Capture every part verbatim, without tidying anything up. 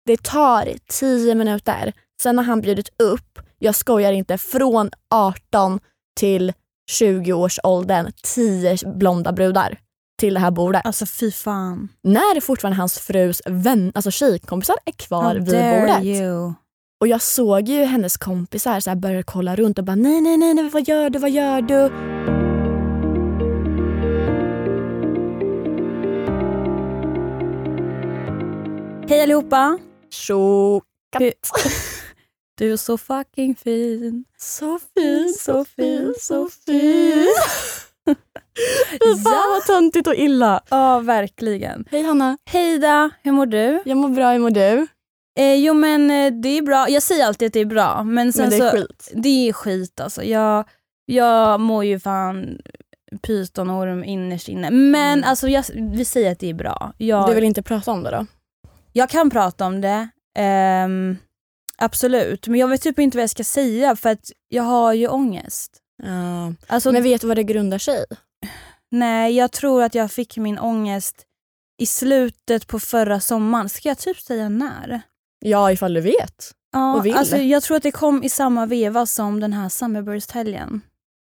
det tar tio minuter. Sen har han bjudit upp, jag skojar inte, från arton till tjugo års åldern, tio blonda brudar till det här bordet. Alltså fy fan. När fortfarande hans frus vän, alltså tjejkompisar är kvar How vid dare bordet. you. Och jag såg ju hennes kompisar så här börja kolla runt och bara nej, nej, nej, nej, vad gör du, vad gör du? Hej allihopa. Chokat. Du är så fucking fin. Så fin, så fin, så fin. Fy fan vad töntigt och illa. Ja, verkligen. Hej Hanna. Hej da, hur mår du? Jag mår bra, hur mår du? Eh, jo men eh, det är bra. Jag säger alltid att det är bra. Men, sen Men det är så, skit. Det är skit alltså. Jag, jag mår ju fan pytonorm innerst inne. Men Mm. alltså jag, vi säger att det är bra. Jag, Du vill inte prata om det då? jag kan prata om det. Ehm, absolut. Men jag vet typ inte vad jag ska säga. För att jag har ju ångest. Ja. Alltså, Men vet du vad det grundar sig i? nej, jag tror att jag fick min ångest i slutet på förra sommaren. Ska jag typ säga när? Ja, ifall du vet. Ja, och vill. alltså jag tror att det kom i samma veva som den här Summerburst-helgen.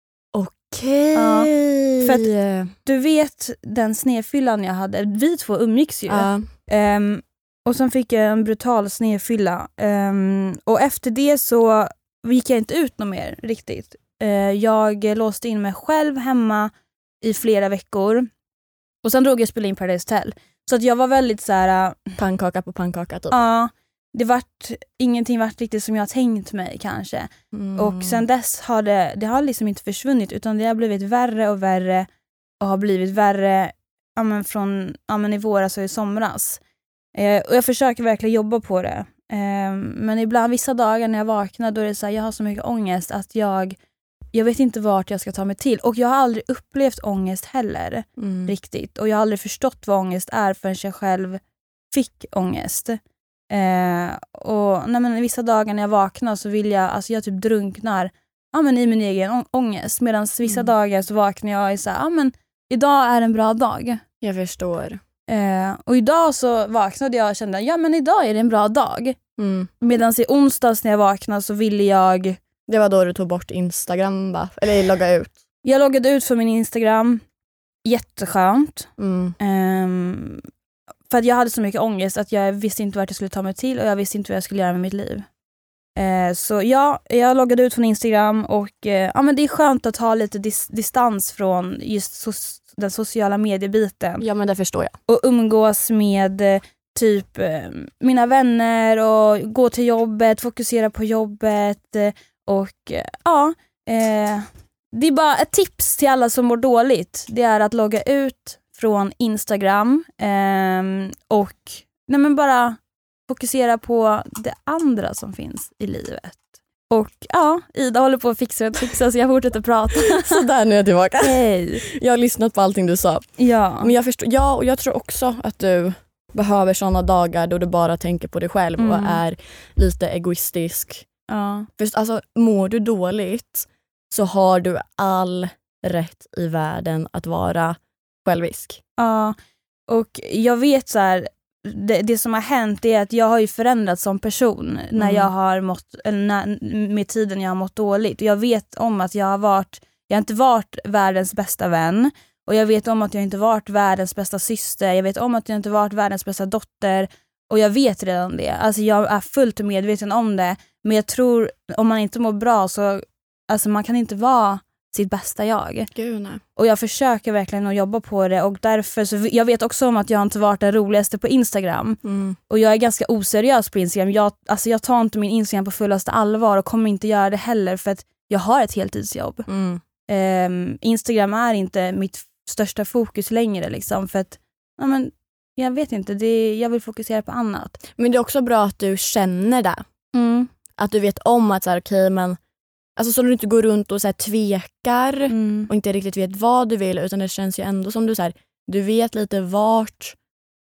Okej. Ja, för att du vet den snedfyllan jag hade. Vi två umgicks ju. Ja. Um, och sen fick jag en brutal snedfylla. Um, och efter det så gick jag inte ut något mer riktigt. Uh, jag låste in mig själv hemma i flera veckor. Och sen drog jag och spelade in Paradise Hotel. Så att jag var väldigt så här. Pannkaka på pannkaka typ. Ja, det vart ingenting vart riktigt som jag tänkt mig kanske. Mm. Och sen dess har det, det har liksom inte försvunnit utan det har blivit värre och värre och har blivit värre ja, men från ja, men i våras och i somras. Eh, och jag försöker verkligen jobba på det. Eh, men ibland, vissa dagar när jag vaknar då är det så här, jag har så mycket ångest att jag, jag vet inte vart jag ska ta mig till. Och jag har aldrig upplevt ångest heller Mm. riktigt. Och jag har aldrig förstått vad ångest är förrän jag själv fick ångest. Eh, och nej, men vissa dagar när jag vaknar så vill jag, alltså jag typ drunknar ja, men i min egen å- ångest. Medan vissa Mm. dagar så vaknar jag och så här, ja men idag är en bra dag. Jag förstår. Eh, och idag så vaknade jag och kände, ja men idag är det en bra dag. Mm. Medan i onsdags när jag vaknade så ville jag, Det var då du tog bort Instagram va? Eller logga ut. jag loggade ut för min Instagram. Jätteskönt. Mm. Ehm, för att jag hade så mycket ångest att jag visste inte vart jag skulle ta mig till och jag visste inte vad jag skulle göra med mitt liv. Eh, så ja, jag loggade ut från Instagram och eh, ja, men det är skönt att ha lite dis- distans från just so- den sociala mediebiten Ja men det förstår jag. och umgås med eh, typ eh, mina vänner och gå till jobbet, fokusera på jobbet eh, och eh, ja, eh, det är bara ett tips till alla som mår dåligt. Det är att logga ut från Instagram eh, och nej men bara fokusera på det andra som finns i livet. Och ja, Ida håller på att fixa och fixa så jag fortsätter prata. Så där nu är jag tillbaka. Hej. Jag har lyssnat på allting du sa. Ja. Men jag förstår, ja, och jag tror också att du behöver såna dagar då du bara tänker på dig själv Mm. och är lite egoistisk. Ja. För alltså, mår du dåligt så har du all rätt i världen att vara självisk. Ja. Och jag vet så här, det, det som har hänt är att jag har ju förändrats som person när Mm. jag har mått, eller när, med tiden jag har mått dåligt. Och jag vet om att jag har varit, jag har inte varit världens bästa vän. Och jag vet om att jag inte varit världens bästa syster. Jag vet om att jag inte varit världens bästa dotter. Och jag vet redan det. Alltså jag är fullt medveten om det. Men jag tror, om man inte mår bra så, alltså man kan inte vara sitt bästa jag. Gud, nej. Och jag försöker verkligen att jobba på det. Och därför så, jag vet också om att jag inte varit den roligaste på Instagram. Mm. Och jag är ganska oseriös på Instagram. Jag, alltså jag tar inte min Instagram på fullaste allvar och kommer inte göra det heller för att jag har ett heltidsjobb. Mm. Um, Instagram är inte mitt största fokus längre liksom, för att ja, men, jag vet inte, det, jag vill fokusera på annat. Men det är också bra att du känner det. Mm. Att du vet om att så här, okej, men alltså så du inte går runt och så här, tvekar Mm. och inte riktigt vet vad du vill, utan det känns ju ändå som du så här, du vet lite vart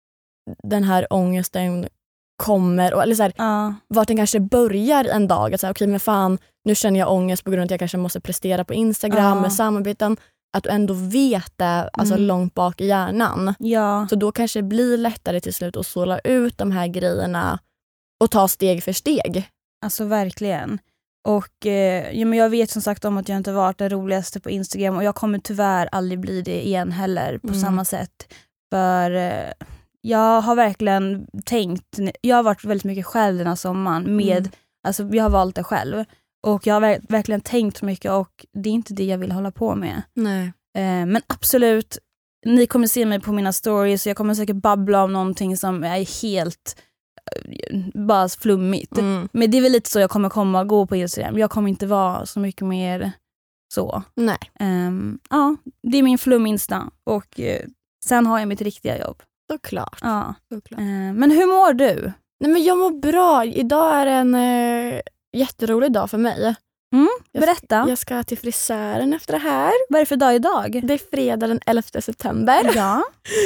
den här ångesten kommer och, eller så här, Ja. vart den kanske börjar en dag. Att så här, okej, men fan, nu känner jag ångest på grund av att jag kanske måste prestera på Instagram Ja. med samarbeten. Att du ändå vet det alltså, Mm. långt bak i hjärnan. Ja. Så då kanske det blir lättare till slut att sålla ut de här grejerna och ta steg för steg. Alltså verkligen. Och eh, ja, men jag vet som sagt om att jag inte varit den roligaste på Instagram och jag kommer tyvärr aldrig bli det igen heller på mm. samma sätt. För eh, jag har verkligen tänkt, jag har varit väldigt mycket själv den här sommaren med, mm. alltså jag har valt det själv. Och jag har ver- verkligen tänkt mycket och det är inte det jag vill hålla på med. Nej. Eh, men absolut, ni kommer se mig på mina stories och jag kommer säkert babbla om någonting som är helt eh, bara flummigt. Mm. Men det är väl lite så jag kommer komma och gå på Instagram. Jag kommer inte vara så mycket mer så. Nej. Um, ja, det är min flum-insta och eh, sen har jag mitt riktiga jobb. Såklart. Ja. Såklart. Uh, men hur mår du? Nej, men jag mår bra. Idag är en eh, jätterolig dag för mig. Mm, jag berätta. Ska, jag ska till frisören efter det här. Vad är det för dag idag? Det är fredag den elfte september. Ja.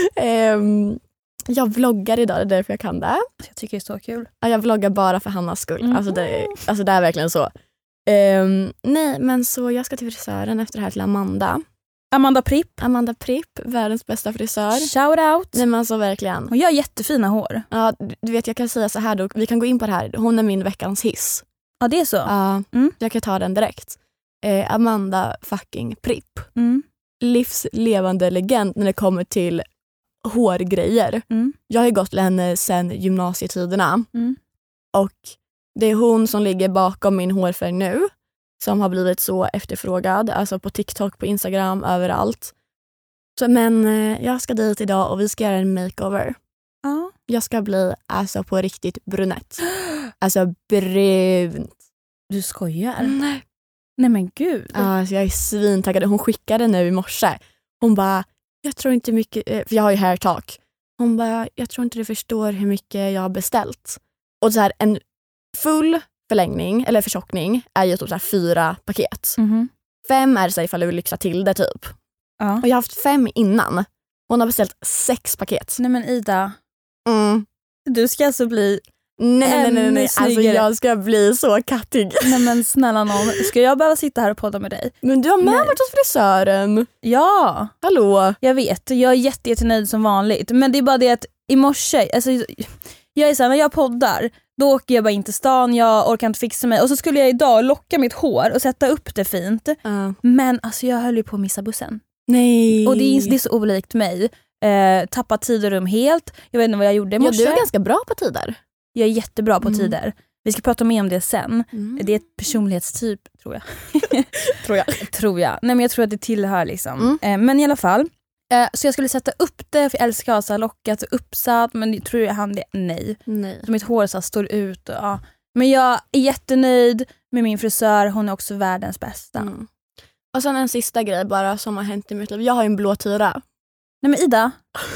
um, jag vloggar idag, det är därför jag kan det. Jag tycker det är så kul. Ja, jag vloggar bara för Hannas skull. Mm. Alltså, det är, alltså det är verkligen så. Um, nej, men så jag ska till frisören efter det här till Amanda. Amanda Pripp. Amanda Pripp, världens bästa frisör. Shout out. Nej, men alltså verkligen. Hon gör jättefina hår. Ja, du vet, jag kan säga så här då. Vi kan gå in på det här. Hon är min veckans hiss. Ja, det är så. Ja, mm. jag kan ta den direkt. Eh, Amanda fucking Pripp. Mm. Livslevande legend när det kommer till hårgrejer. Mm. Jag har ju gått till henne sedan gymnasietiderna. Mm. Och det är hon som ligger bakom min hårfärg nu. Som har blivit så efterfrågad. Alltså på TikTok, på Instagram, överallt. Så, men eh, jag ska dit idag och vi ska göra en makeover. Ja. Jag ska bli alltså på riktigt brunett. Alltså brunt. Du skojar? Nej. Nej men gud. Alltså, jag är svintaggad. Hon skickade nu i morse. Hon bara, jag tror inte mycket, för jag har ju hair talk. Hon bara, jag tror inte du förstår hur mycket jag har beställt. Och så här, en full förlängning, eller förtjockning, är ju typ så här fyra paket. Mm-hmm. Fem är det så här ifall du vill lyxa till det typ. Ja. Och jag har haft fem innan. Hon har beställt sex paket. Nej men Ida, Mm. du ska alltså bli Nej, nej, nej, nej. Alltså snyggare. jag ska bli så kattig. Nej men snälla någon, ska jag behöva sitta här och podda med dig? Men du har med Nej. varit hos frisören. Ja, Hallå. jag vet. Jag är jätte, jättenöjd som vanligt. Men det är bara det att i morse, alltså, jag är så här, när jag poddar, då åker jag bara in till stan, jag orkar inte fixa mig. Och så skulle jag idag locka mitt hår och sätta upp det fint. Uh. Men alltså jag höll ju på att missa bussen. Nej. Och det är, det är så olikt mig. Eh, tappa tid och rum helt. Jag vet inte vad jag gjorde i Ja, morse. du är ganska bra på tider. Jag är jättebra på Mm. tider. Vi ska prata mer om det sen. Mm. Det är ett personlighetstyp, tror jag. Tror jag. tror jag. Nej, men jag tror att det tillhör liksom. Mm. Eh, men i alla fall. Eh, så jag skulle sätta upp det, för jag älskar att ha lockat och uppsatt. Men jag tror jag han det? Nej. Nej. Så mitt hår så här, står ut. Och, ja. Men jag är jättenöjd med min frisör. Hon är också världens bästa. Mm. Och sen en sista grej bara som har hänt i mitt liv. Jag har ju en blå tyra. Nej men Ida.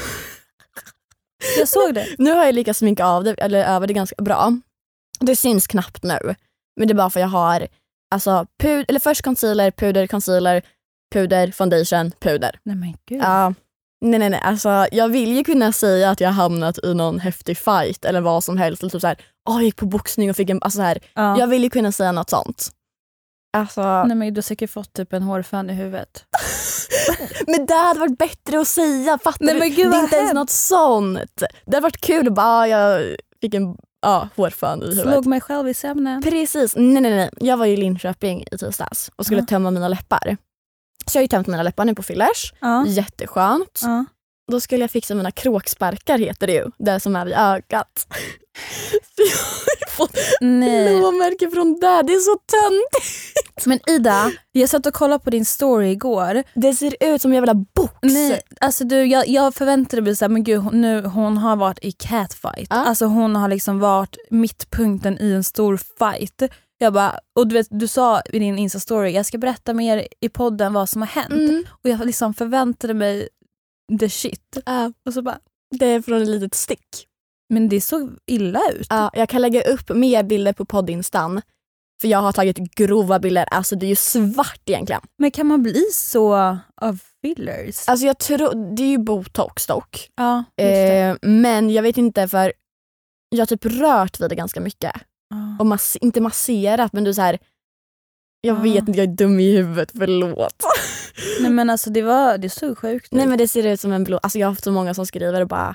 Jag såg det. Nu har jag lyckats sminka av det, eller över det ganska bra. Det syns knappt nu. Men det är bara för jag har alltså, pud- eller först concealer, puder, concealer, puder, foundation, puder. Nej men gud. Ja. Nej, nej, nej. Alltså, jag vill ju kunna säga att jag har hamnat i någon häftig fight eller vad som helst. Eller typ så här, åh, jag gick på boxning och fick en... Alltså, så här, Ja. jag vill ju kunna säga något sånt. Alltså... Nej men du har säkert fått typ en hårfön i huvudet. Men det hade varit bättre att säga, fattar Nej, du? men gud, det är vad inte ens hemskt. något sånt. Det hade varit kul att bara, ah, jag fick en ah, hårfön i huvudet. Slog mig själv i sömnen. Precis, nej nej nej. Jag var ju i Linköping i tisdags och skulle Ja. tömma mina läppar. Så jag har ju tömt mina läppar nu på fillers. Ja. Jätteskönt. Ja. Då skulle jag fixa mina kråksparkar, heter det ju. Det som är vid ögat. Så jag har ju fått Nej. blåmärke från där. Det är så töntigt. Men Ida, jag satt och kollade på din story igår. Det ser ut som en jävla box. Nej, alltså du, jag, jag förväntade mig såhär, men gud, hon, nu, hon har varit i catfight. Ja. Alltså hon har liksom varit mittpunkten i en stor fight. Jag bara, och du vet, du sa i din Insta-story, jag ska berätta mer i podden vad som har hänt. Mm. Och jag liksom förväntade mig the shit. Ja, Och så bara, det är från ett litet stick. men det såg illa ut. Ja, jag kan lägga upp mer bilder på poddinstan. För jag har tagit grova bilder. Alltså det är ju svart egentligen. Men kan man bli så av fillers? Alltså jag tror, det är ju botox dock. ja, just det. Eh, men jag vet inte, för jag har typ rört vid det ganska mycket. Ja. Och mass- inte masserat, men du är så här. Jag Ah. vet inte, jag är dum i huvudet, förlåt. Nej men alltså det var, det såg sjukt ut. Nej men det ser ut som en blå. Alltså jag har haft så många som skriver och bara,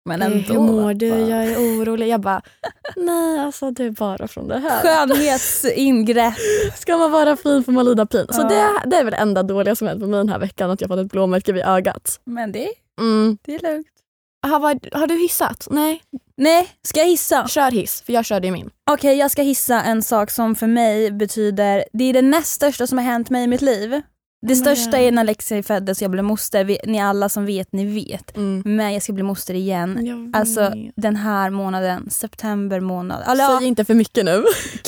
Men Eh, ändå, hur mår du? bara. Jag är orolig. Jag bara, nej alltså det är bara från det här. Skönhetsingrepp. Ska man vara fin får man lida pin. Så Ja. det, det är väl det enda dåliga som hänt på mig den här veckan. Att jag fått ett blåmärke vid ögat. Men det, Mm. det är lugnt. Har, var, har du hissat? Nej. Nej, ska jag hissa? Kör hiss, för jag körde ju min. Okej, jag ska hissa en sak som för mig betyder, det är det näst största som har hänt mig i mitt liv. Det Oh my största God. är när Lexi föddes och jag blev moster. Vi, ni alla som vet, ni vet. Mm. Men jag ska bli moster igen. Jag Alltså vet. den här månaden, september månad. Alltså, ja, Säg inte för mycket nu.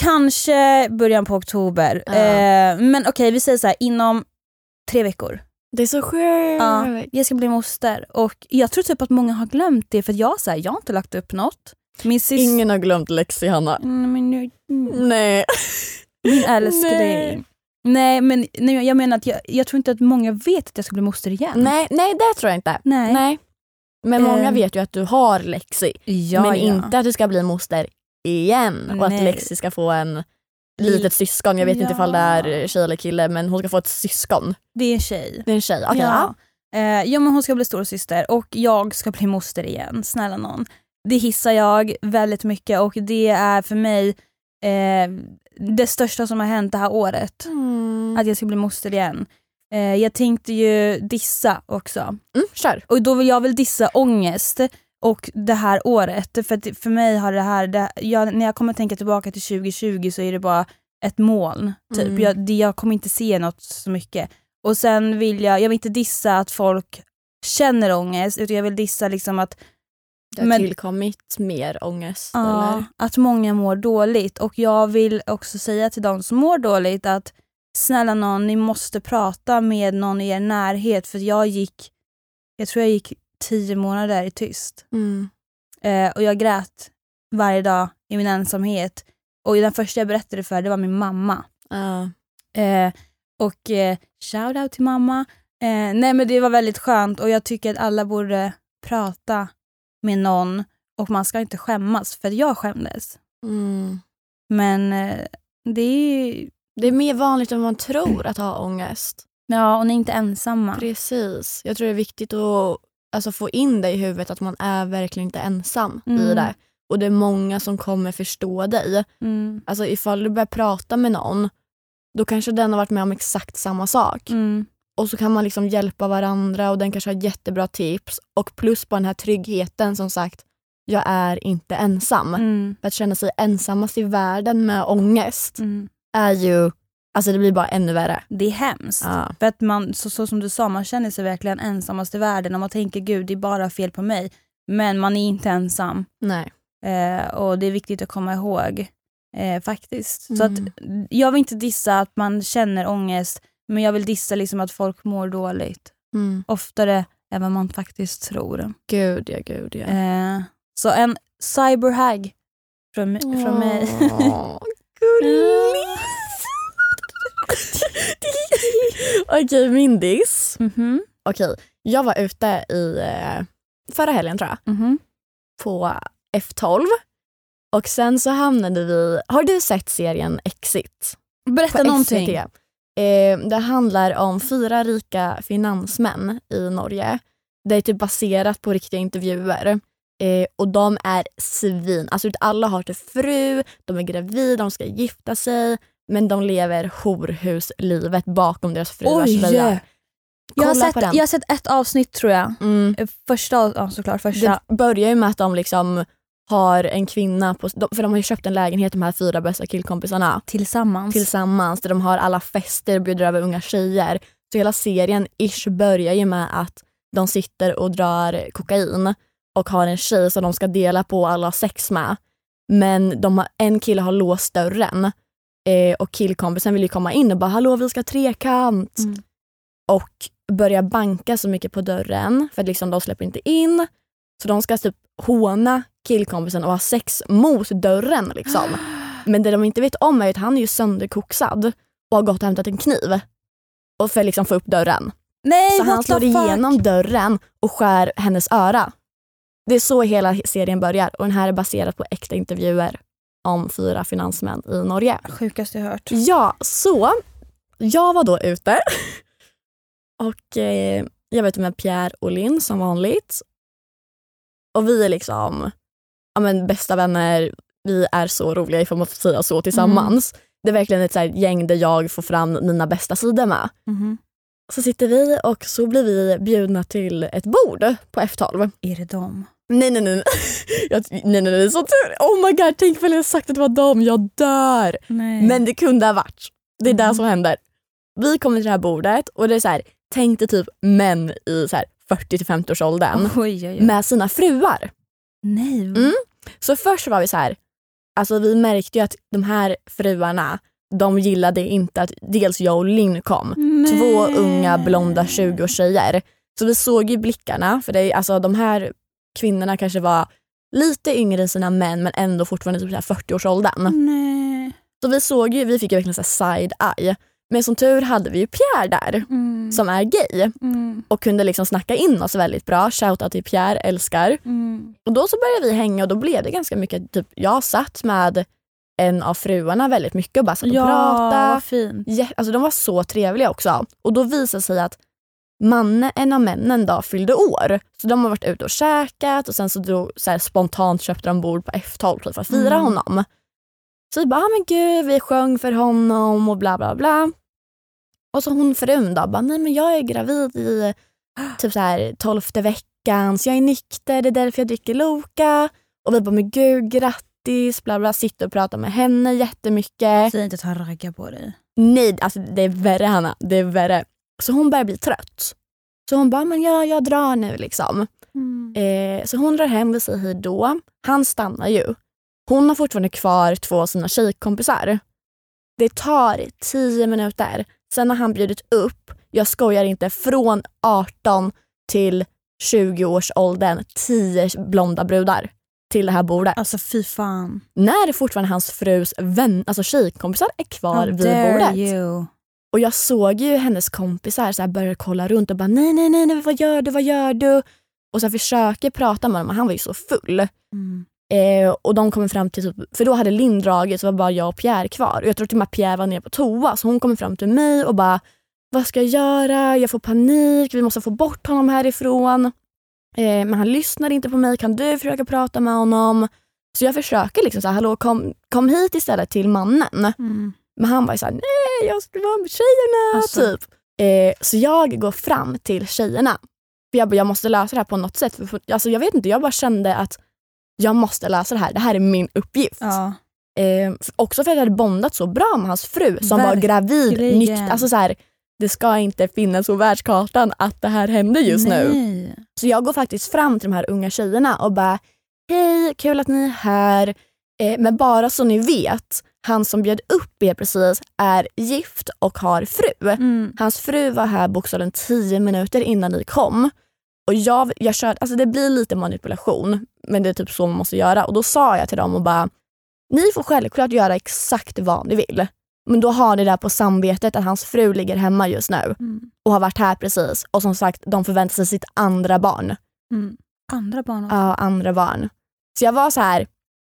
kanske början på oktober. Ja. Eh, men okej, vi säger så här, inom tre veckor. Det är så sjukt. Ja, jag ska bli moster. Och jag tror typ att många har glömt det, för jag, så här, jag har inte lagt upp något. Min sys- Ingen har glömt Lexi, Hanna. Mm, men nu- mm. Nej. Min älskling. Nej. Nej, men nej, jag menar att jag, jag tror inte att många vet att jag ska bli moster igen. Nej, nej, det tror jag inte. Nej. Nej. Men många Eh. vet ju att du har Lexi. Ja, men ja. inte att du ska bli moster igen. Och att Nej. Lexi ska få en litet syskon. Jag vet inte Ja. ifall det är tjej eller kille, men hon ska få ett syskon. Det är en tjej. Det är en tjej. Okej, ja. ja. Eh, ja, men hon ska bli storasyster och jag ska bli moster igen. Snälla någon. Det hissar jag väldigt mycket och det är för mig eh, det största som har hänt det här året. Mm. Att jag ska bli moster igen. Eh, jag tänkte ju dissa också. Mm, kör. Och då vill jag väl dissa ångest och det här året. För att för mig har det här, det, jag, när jag kommer tänka tillbaka till tjugo tjugo så är det bara ett moln. Typ. Mm. Jag, det, jag kommer inte se något så mycket. Och sen vill jag, jag vill inte dissa att folk känner ångest, utan jag vill dissa liksom att Det har Men- tillkommit mer ångest. Ja, Eller? att många mår dåligt. Och jag vill också säga till de som mår dåligt att snälla någon, ni måste prata med någon i er närhet. För jag gick, jag tror jag gick tio månader i tyst. Mm. Eh, och jag grät varje dag i min ensamhet. Och den första jag berättade för, det var min mamma. Ja. Eh, och eh, shout out till mamma. Eh, nej men det var väldigt skönt och jag tycker att alla borde prata med någon och man ska inte skämmas, för jag skämdes. Mm. Men eh, det är Det är mer vanligt än man tror att ha ångest. ja, och ni är inte ensamma. Precis. Jag tror det är viktigt att alltså, få in det i huvudet att man är verkligen inte ensam i Mm. det. Och det är många som kommer förstå dig. Mm. Alltså ifall du börjar prata med någon, då kanske den har varit med om exakt samma sak. Mm. Och så kan man liksom hjälpa varandra och den kanske har jättebra tips. Och plus på den här tryggheten, som sagt, jag är inte ensam. Mm. För att känna sig ensammast i världen med ångest Mm. är ju, alltså det blir bara ännu värre. Det är hemskt. Ja. För att man, så, så som du sa, man känner sig verkligen ensammast i världen och man tänker gud, det är bara fel på mig. Men man är inte ensam. Nej. Eh, och det är viktigt att komma ihåg eh, faktiskt. Så Mm. att, jag vill inte dissa att man känner ångest, men jag vill dissa liksom att folk mår dåligt. Mm. Oftare än vad man faktiskt tror. Gud ja, gud ja. Eh, så en cyberhag från, från mig. Åh, gulligt. Okej, min diss. Mhm, Okej, jag var ute i eh, förra helgen tror jag, mhm. på F tolv. Och sen så hamnade vi, har du sett serien Exit? Berätta På någonting. S V T. Eh, det handlar om fyra rika finansmän i Norge. Det är typ baserat på riktiga intervjuer. Eh, och de är svin. Alltså alla har till fru, de är gravida, de ska gifta sig. Men de lever horhuslivet bakom deras fruars Oj! röja. Jag har, Kolla sett, på den. jag har sett ett avsnitt tror jag. Mm. Eh, Första, ja, såklart första. Det börjar ju med att de liksom har en kvinna, på, de- för de har ju köpt en lägenhet, de här fyra bästa killkompisarna. Tillsammans. Tillsammans, där de har alla fester och bjuder över unga tjejer. Så hela serien ish börjar ju med att de sitter och drar kokain och har en tjej som de ska dela på alla har sex med. Men de har, en kille har låst dörren eh, och killkompisen vill ju komma in och bara hallå vi ska ha trekant. Mm. Och börjar banka så mycket på dörren för att liksom de släpper inte in. Så de ska typ håna killkompisen och ha sex mot dörren liksom. Men det de inte vet om är att han är ju sönderkoksad och har gått och hämtat en kniv och för att liksom få upp dörren. Nej, Så what han slår the fuck? igenom dörren och skär hennes öra. Det är så hela serien börjar och den här är baserad på äkta intervjuer om fyra finansmän i Norge. Sjukaste jag hört. Ja, så jag var då ute och eh, jag var ute med Pierre och Linn som vanligt. Och vi är liksom ja, men, bästa vänner. Vi är så roliga ifall man får säga så tillsammans. Mm. Det är verkligen ett så här gäng där jag får fram mina bästa sidor med. Mm. Så sitter vi och så blir vi bjudna till ett bord på F tolv. Är det dem? Nej, nej, nej. Jag, nej, nej, nej. Så tur. Oh my god, tänk väl jag sagt att det var dem. Jag dör. Nej. Men det kunde ha varit. Det är Mm. det som händer. Vi kommer till det här bordet och det är så här, tänk dig typ män i så här fyrtio till femtio års åldern Oj, oj, oj. med sina fruar. Nej. Mm. Så först var vi så här, alltså vi märkte ju att de här fruarna, de gillade inte att dels jag och Linn kom. Nej. Två unga blonda tjugo-tjejer. Så vi såg ju blickarna, för det, alltså, de här kvinnorna kanske var lite yngre än sina män men ändå fortfarande typ så här fyrtio-årsåldern. Nej. Så vi såg ju, vi fick ju verkligen så här side-eye. Men som tur hade vi ju Pierre där, Mm. som är gay. Mm. Och kunde liksom snacka in oss väldigt bra. Shoutout till Pierre, älskar. Mm. Och då så började vi hänga och då blev det ganska mycket, typ jag satt med en av fruarna väldigt mycket och bara satt och Ja, pratade. vad fint. Ja, alltså de var så trevliga också. Och då visade det sig att mannen, en av männen då fyllde år. Så de har varit ute och käkat och sen så, drog, så här, spontant köpte de bord på F tolv för att fira Mm. honom. Så vi bara, ah, men gud, vi sjöng för honom och bla bla bla. Och så hon frun då, bara, nej men jag är gravid i typ så här tolfte veckan så jag är nykter, det är därför jag dricker Loka. Och vi bara, men gud, grattis, bla bla, sitter och pratar med henne jättemycket. Säg inte att han raggar på dig. Nej, alltså det är värre Hanna, det är värre. Så hon börjar bli trött. Så hon bara, men jag, jag drar nu liksom. Mm. Eh, så hon drar hem vid sig hej då. Han stannar ju. Hon har fortfarande kvar två av sina tjejkompisar. Det tar tio minuter. Sen har han bjudit upp, jag skojar inte, från arton till tjugo års åldern, tio blonda brudar till det här bordet. Alltså fy fan. När fortfarande hans frus vän, alltså tjejkompisar är kvar How vid dare bordet. you. Och jag såg ju hennes kompisar så här börja kolla runt och bara nej, nej, nej, nej, vad gör du, vad gör du? Och så försöker prata med honom och han var ju så full. Mm. Eh, och de kommer fram till, typ, för då hade Linn dragit så var bara jag och Pierre kvar. Och jag tror till och med Pierre var nere på toa så hon kommer fram till mig och bara vad ska jag göra? Jag får panik, vi måste få bort honom härifrån. Eh, men han lyssnar inte på mig, kan du försöka prata med honom? Så jag försöker liksom så här, hallå kom, kom hit istället till mannen. Mm. Men han var ju såhär, nej jag ska vara med tjejerna Alltså. typ. Eh, så jag går fram till tjejerna. För jag, bara, jag måste lösa det här på något sätt. För, för, alltså, jag vet inte, jag bara kände att jag måste lösa det här. Det här är min uppgift. Ja. Eh, för, också för att jag hade bondat så bra med hans fru som var gravid. Verkligen. Nykt, alltså så här, det ska inte finnas på världskartan att det här händer just nu. Nej. Så jag går faktiskt fram till de här unga tjejerna och bara, hej, kul att ni är här. Eh, men bara så ni vet, han som bjöd upp er precis är gift och har fru. Mm. Hans fru var här bokstavligen tio minuter innan ni kom. Och jag, jag körde, alltså det blir lite manipulation, men det är typ så man måste göra. Och då sa jag till dem och bara, ni får självklart göra exakt vad ni vill. Men då har ni där på samvetet att hans fru ligger hemma just nu. Mm. Och har varit här precis. Och som sagt, de förväntar sig sitt andra barn. Mm. Andra barn också. Ja, andra barn. Så jag var så här.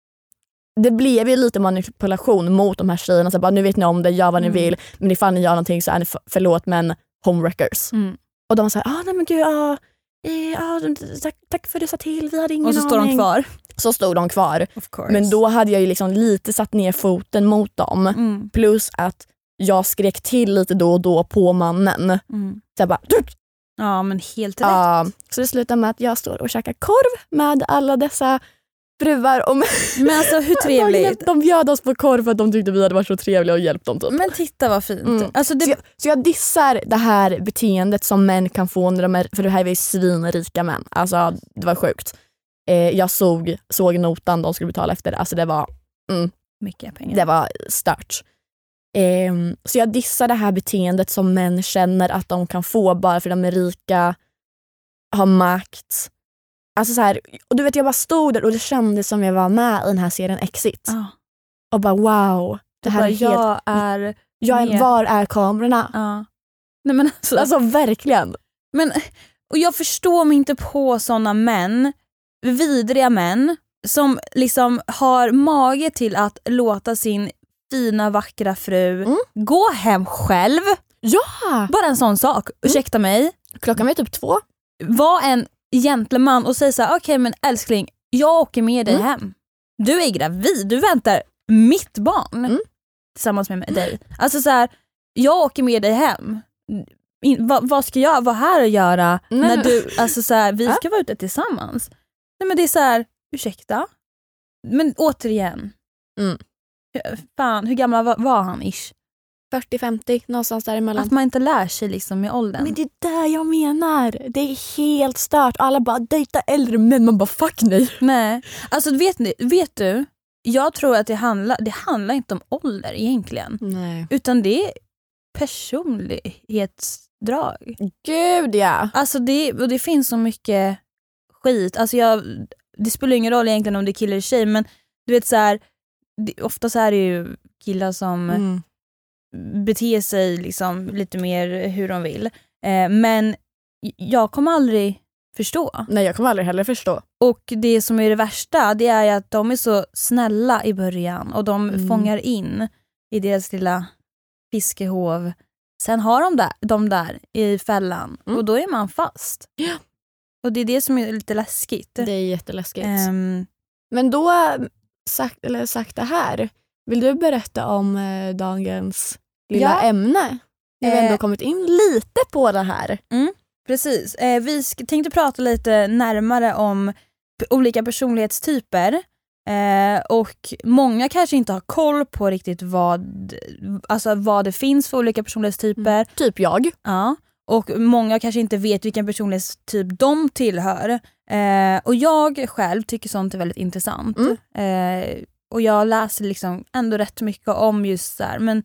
Det blev ju lite manipulation mot de här tjejerna. Så bara, nu vet ni om det, gör vad ni Mm. vill. Men ifall ni gör någonting så är ni för, förlåt men homewreckers. Mm. Och de sa, ah, nej men gud, ah, eh, ah, tack, tack för att du sa till, vi hade ingen Och så står de aning." kvar. Så stod de kvar. Of course. Men då hade jag ju liksom lite satt ner foten mot dem. Mm. Plus att jag skrek till lite då och då på mannen. Mm. Så jag bara, "Tut!" Ja men helt rätt. Ja, så det slutar med att jag står och käkar korv med alla dessa fruar. Och Men alltså hur trevligt. de, de bjöd oss på korv för att de tyckte vi hade varit så trevliga och hjälpt dem. Typ. Men titta vad fint. Mm. Alltså det... så, jag, så jag dissar det här beteendet som män kan få när de är, för det här är ju svinrika män. Alltså det var sjukt. Eh, jag såg, såg notan de skulle betala efter det. Alltså det var, mm, Mycket pengar. det var stört. Eh, så jag dissar det här beteendet som män känner att de kan få bara för de är rika, har makt. Alltså så här, och du vet jag bara stod där och det kändes som jag var med i den här serien Exit. Ja. Och bara wow, det här bara, är helt... jag är... Jag är, med. var är kamerorna? Ja. Nej men alltså... Alltså verkligen. Men, och jag förstår mig inte på såna män, vidriga män, som liksom har mage till att låta sin fina vackra fru Mm. gå hem själv. Ja! Bara en sån sak. Ursäkta mig. Klockan var typ två. Var en gentleman och säger så här: okej okay, men älskling, jag åker med dig mm. hem. Du är gravid, du väntar mitt barn mm. tillsammans med dig. Alltså så här, jag åker med dig hem. In, vad, vad ska jag vara här och göra Nej. när du, alltså så här, vi ska vara ute tillsammans. Nej men det är så här, ursäkta. Men återigen. Mm. Fan, hur gammal var, var han ish? fyrtio femtio, någonstans däremellan. Att man inte lär sig liksom med åldern. Men det är där jag menar. Det är helt stört. Alla bara dejta äldre män. Man bara fuck nej. Nej. Alltså vet, ni, vet du, jag tror att det handlar, det handlar inte om ålder egentligen. Nej. Utan det är personlighetsdrag. Gud ja. Alltså det, och det finns så mycket skit. Alltså jag, det spelar ingen roll egentligen om det är kille eller tjej. Men du vet så här, det, ofta så är det ju killar som... Mm. bete sig liksom lite mer hur de vill. Eh, men jag kommer aldrig förstå. Nej, jag kommer aldrig heller förstå. Och det som är det värsta, det är att de är så snälla i början och de mm. fångar in i deras lilla fiskehov. Sen har de där, de där i fällan mm. och då är man fast. Ja. Och det är det som är lite läskigt. Det är jätteläskigt. Um, men då, sagt, eller sagt det här, vill du berätta om eh, dagens lilla ja. ämne? Vi har ändå eh. kommit in lite på det här. Mm, precis. Eh, vi sk- tänkte prata lite närmare om p- olika personlighetstyper. Eh, och många kanske inte har koll på riktigt vad, alltså vad det finns för olika personlighetstyper. Mm, typ jag. Ja. Och många kanske inte vet vilken personlighetstyp de tillhör. Eh, och jag själv tycker sånt är väldigt intressant. Mm. Eh, och jag läser liksom ändå rätt mycket om just så här, men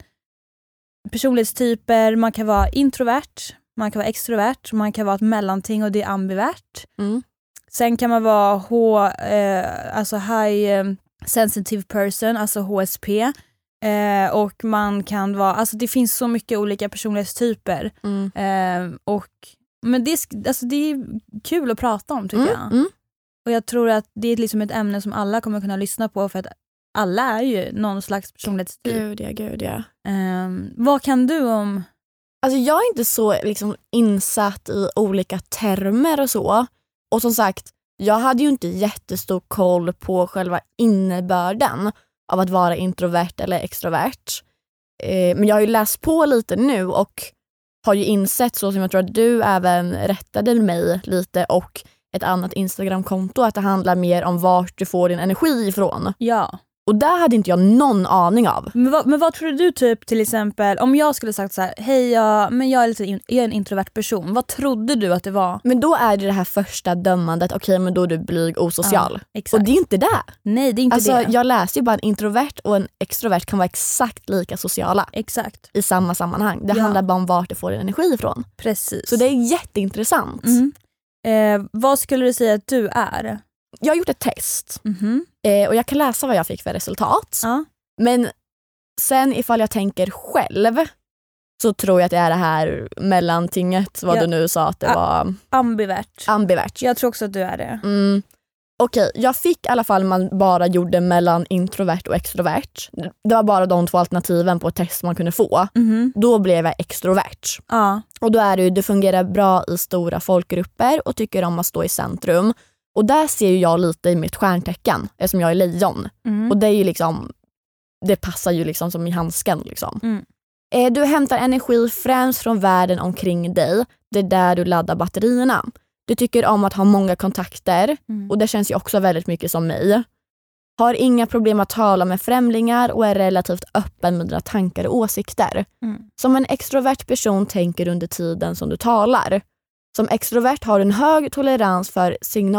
personlighetstyper, man kan vara introvert, man kan vara extrovert, man kan vara ett mellanting och det är ambivert. Mm. Sen kan man vara H, eh, alltså high eh, sensitive person, alltså H S P. Eh, och man kan vara, alltså det finns så mycket olika personlighetstyper. Mm. Eh, och, men det, alltså det är kul att prata om tycker mm. jag. Mm. Och jag tror att det är liksom ett ämne som alla kommer kunna lyssna på för att alla är ju någon slags personlighetstyp. Gud ja, gud ja. Um, vad kan du om... Alltså jag är inte så liksom insatt i olika termer och så. Och som sagt, jag hade ju inte jättestor koll på själva innebörden av att vara introvert eller extrovert. Eh, men jag har ju läst på lite nu och har ju insett, så som jag tror att du även rättade mig lite och ett annat Instagram-konto, att det handlar mer om vart du får din energi ifrån. Ja. Och där hade inte jag någon aning av. Men vad, men vad tror du typ till exempel, om jag skulle sagt så här: hej jag, men jag är, lite in, jag är en introvert person. Vad trodde du att det var? Men då är det det här första dömandet, okej okay, men då är du blyg och social. Ja, exakt. Och det är inte det. Nej, det är inte alltså, det. Jag läser ju bara en introvert och en extrovert kan vara exakt lika sociala. Exakt. I samma sammanhang. Det ja. handlar bara om vart du får din energi ifrån. Precis. Så det är jätteintressant. Mm. Eh, vad skulle du säga att du är? Jag har gjort ett test. Mm-hmm. Eh, och jag kan läsa vad jag fick för resultat. Ja. Men sen ifall jag tänker själv så tror jag att det är det här mellantinget, vad ja. du nu sa att det A- var. Ambivert. Ambivert. Jag tror också att du är det. Mm. Okej, okay, jag fick i alla fall, man bara gjorde mellan introvert och extrovert. Det var bara de två alternativen på ett test man kunde få. Mm-hmm. Då blev jag extrovert. Ja. Och då är det ju, det fungerar bra i stora folkgrupper och tycker om att stå i centrum. Och där ser ju jag lite i mitt stjärntecken eftersom jag är lejon. Mm. Och det är ju liksom, det passar ju liksom som i handsken liksom. Mm. Eh, du hämtar energi främst från världen omkring dig. Det är där du laddar batterierna. Du tycker om att ha många kontakter. Mm. Och det känns ju också väldigt mycket som mig. Har inga problem att tala med främlingar och är relativt öppen med dina tankar och åsikter. Mm. Som en extrovert person tänker under tiden som du talar. Som extrovert har du en hög tolerans för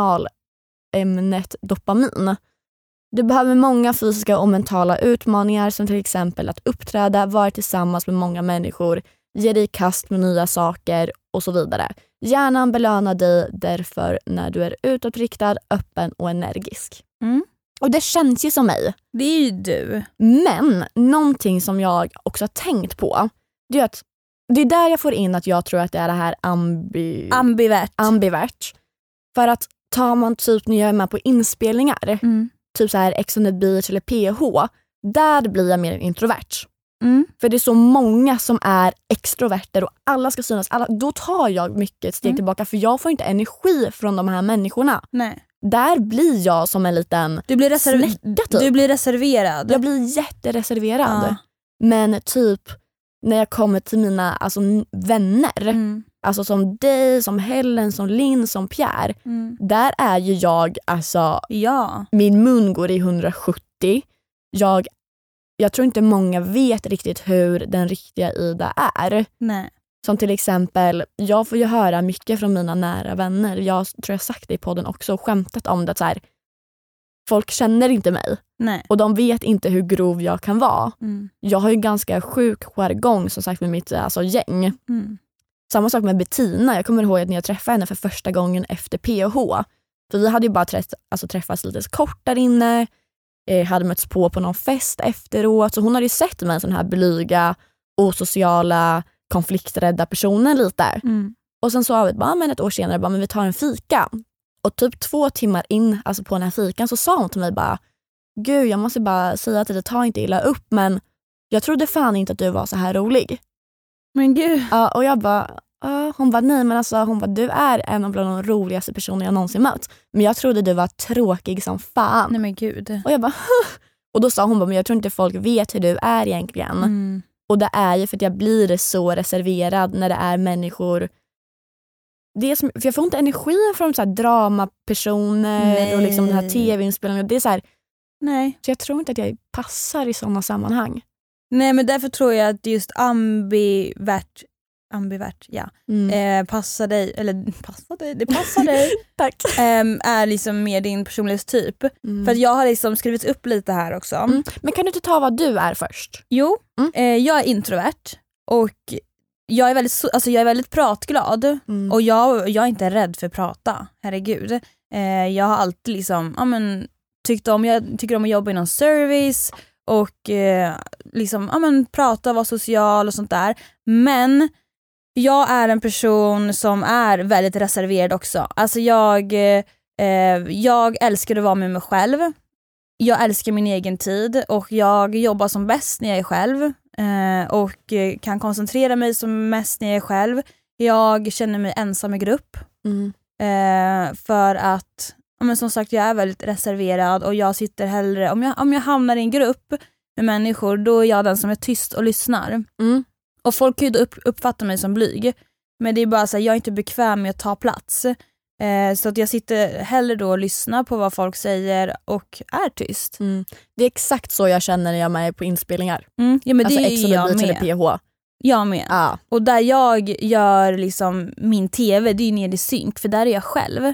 signalämnet dopamin. Du behöver många fysiska och mentala utmaningar som till exempel att uppträda, vara tillsammans med många människor, ge dig i kast med nya saker och så vidare. Hjärnan belönar dig därför när du är utåtriktad, öppen och energisk. Mm. Och det känns ju som mig. Det är ju du. Men någonting som jag också har tänkt på, det är att det är där jag får in att jag tror att det är det här ambi... ambivert. ambivert. För att tar man typ när jag är med på inspelningar, mm. typ så här Ex on the Beach eller P H, där blir jag mer introvert. Mm. För det är så många som är extroverter och alla ska synas. Alla, då tar jag mycket ett steg Mm. tillbaka för jag får inte energi från de här människorna. Nej. Där blir jag som en liten Du blir, reserv- snäcka typ. du blir reserverad. Jag blir jättereserverad. Ja. Men typ när jag kommer till mina alltså, vänner, Mm. alltså som dig, som Helen, som Linn, som Pierre, Mm. där är ju jag, alltså Ja. min mun går i hundrasjuttio. Jag, jag tror inte många vet riktigt hur den riktiga Ida är. Nej. Som till exempel, jag får ju höra mycket från mina nära vänner. Jag tror jag sagt det i podden också och skämtat om det. Så här, folk känner inte mig. Nej. Och de vet inte hur grov jag kan vara. Mm. Jag har ju ganska sjuk jargong som sagt med mitt alltså, gäng. Mm. Samma sak med Bettina. Jag kommer ihåg att när jag träffade henne för första gången efter P H. För vi hade ju bara träff, alltså, träffats lite kort där inne. Eh, hade mötts på på någon fest efteråt. Så hon hade ju sett mig, en sån här blyga, osociala, konflikträdda personen lite. Mm. Och sen sa vi bara, men ett år senare, bara, men vi tar en fika. Och typ två timmar in alltså på den här fikan så sa hon till mig bara, gud jag måste bara säga till dig, ta inte illa upp, men jag trodde fan inte att du var så här rolig. Men gud. Ja, och jag bara, uh, hon bara nej men alltså hon bara, du är en av de roligaste personer jag någonsin mött. Men jag trodde du var tråkig som fan. Nej men gud. Och jag bara, huh. Och då sa hon bara, men jag tror inte folk vet hur du är egentligen. Mm. Och det är ju för att jag blir så reserverad när det är människor. Det är som, för jag får inte energi från så här dramapersoner Nej. och liksom den här tv-inspelningen. Det är så här, Nej. så jag tror inte att jag passar i sådana sammanhang. Nej men därför tror jag att just ambivert ambivert, ja. Mm. Eh, passar dig, eller passar dig, det passar dig. Tack. Eh, är liksom mer din personlighetstyp. Mm. För att jag har liksom skrivit upp lite här också. Mm. Men kan du inte ta vad du är först? Jo, Mm. eh, jag är introvert och jag är väldigt, so- alltså jag är väldigt pratglad. Mm. Och jag, jag är inte rädd för att prata, herregud. Eh, jag har alltid liksom, ja men, tyckt om, jag tycker om att jobba inom service och eh, liksom, ja men, prata, vara social och sånt där. Men jag är en person som är väldigt reserverad också. Alltså jag, eh, jag älskar att vara med mig själv. Jag älskar min egen tid och jag jobbar som bäst när jag är själv. Eh, och kan koncentrera mig som mest när jag är själv. Jag känner mig ensam i grupp. Mm. Eh, för att, men som sagt, jag är väldigt reserverad och jag sitter hellre, om jag, om jag hamnar i en grupp med människor, då är jag den som är tyst och lyssnar. Mm. Och folk kan ju upp, uppfatta mig som blyg. Men det är bara så här, jag är inte bekväm med att ta plats. Eh, så att jag sitter hellre då och lyssnar på vad folk säger och är tyst. Mm. Det är exakt så jag känner när jag är med på inspelningar. Mm. Ja, men Alltså det Ex är on the jag Beach eller med. P H. Jag med. Ja. Och där jag gör liksom min tv, det är ju ner i synk, för där är jag själv.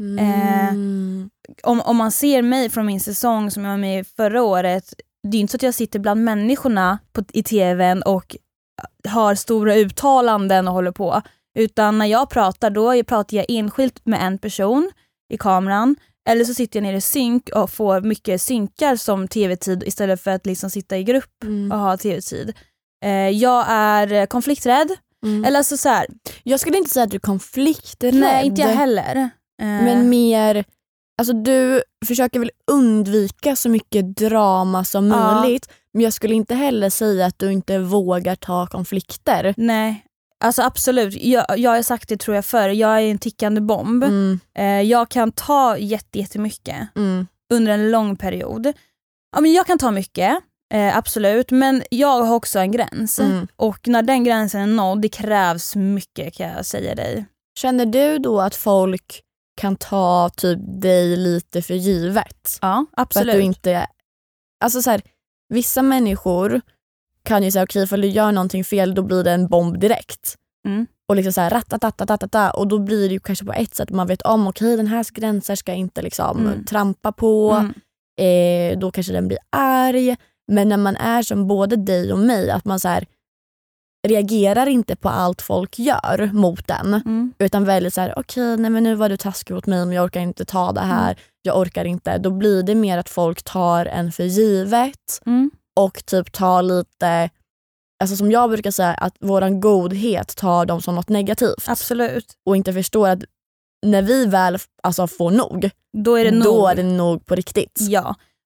Mm. Om, om man ser mig från min säsong som jag var med i förra året, det är inte så att jag sitter bland människorna på, i tvn och har stora uttalanden och håller på. Utan när jag pratar, då pratar jag enskilt med en person i kameran. Eller så sitter jag nere i synk och får mycket synkar som tv-tid istället för att liksom sitta i grupp Mm. och ha tv-tid. Eh, jag är konflikträdd. Mm. Eller alltså så här, Jag skulle inte säga att du är konflikträdd. nej, inte jag heller. Eh, Men mer, alltså du försöker väl undvika så mycket drama som Ja. möjligt. Men jag skulle inte heller säga att du inte vågar ta konflikter. Nej, alltså absolut. Jag, jag har sagt det tror jag förr. Jag är en tickande bomb. Mm. Eh, jag kan ta jätte, jättemycket Mm. under en lång period. Ja, men jag kan ta mycket, eh, absolut. Men jag har också en gräns. Mm. Och när den gränsen är nådd, det krävs mycket, kan jag säga dig. Känner du då att folk kan ta typ dig lite för givet? Ja, För absolut. att du inte... Alltså så här, vissa människor kan ju säga okej, okay, om du gör någonting fel då blir det en bomb direkt. Mm. Och liksom så här ratatatatata, och då blir det ju kanske på ett sätt man vet om okej, okay, den här gränser ska jag inte liksom Mm. trampa på. Mm. Eh, då kanske den blir arg. Men när man är som både dig och mig, att man så här reagerar inte på allt folk gör mot den, Mm. utan väldigt så här okej, okay, nej men nu var du taskig mot mig men jag orkar inte ta det här. Mm. Jag orkar inte. Då blir det mer att folk tar en för givet Mm. och typ tar lite, alltså som jag brukar säga, att våran godhet tar dem som något negativt. Absolut. Och inte förstår att när vi väl alltså får nog, Då är det nog. då är det nog på riktigt. Ja.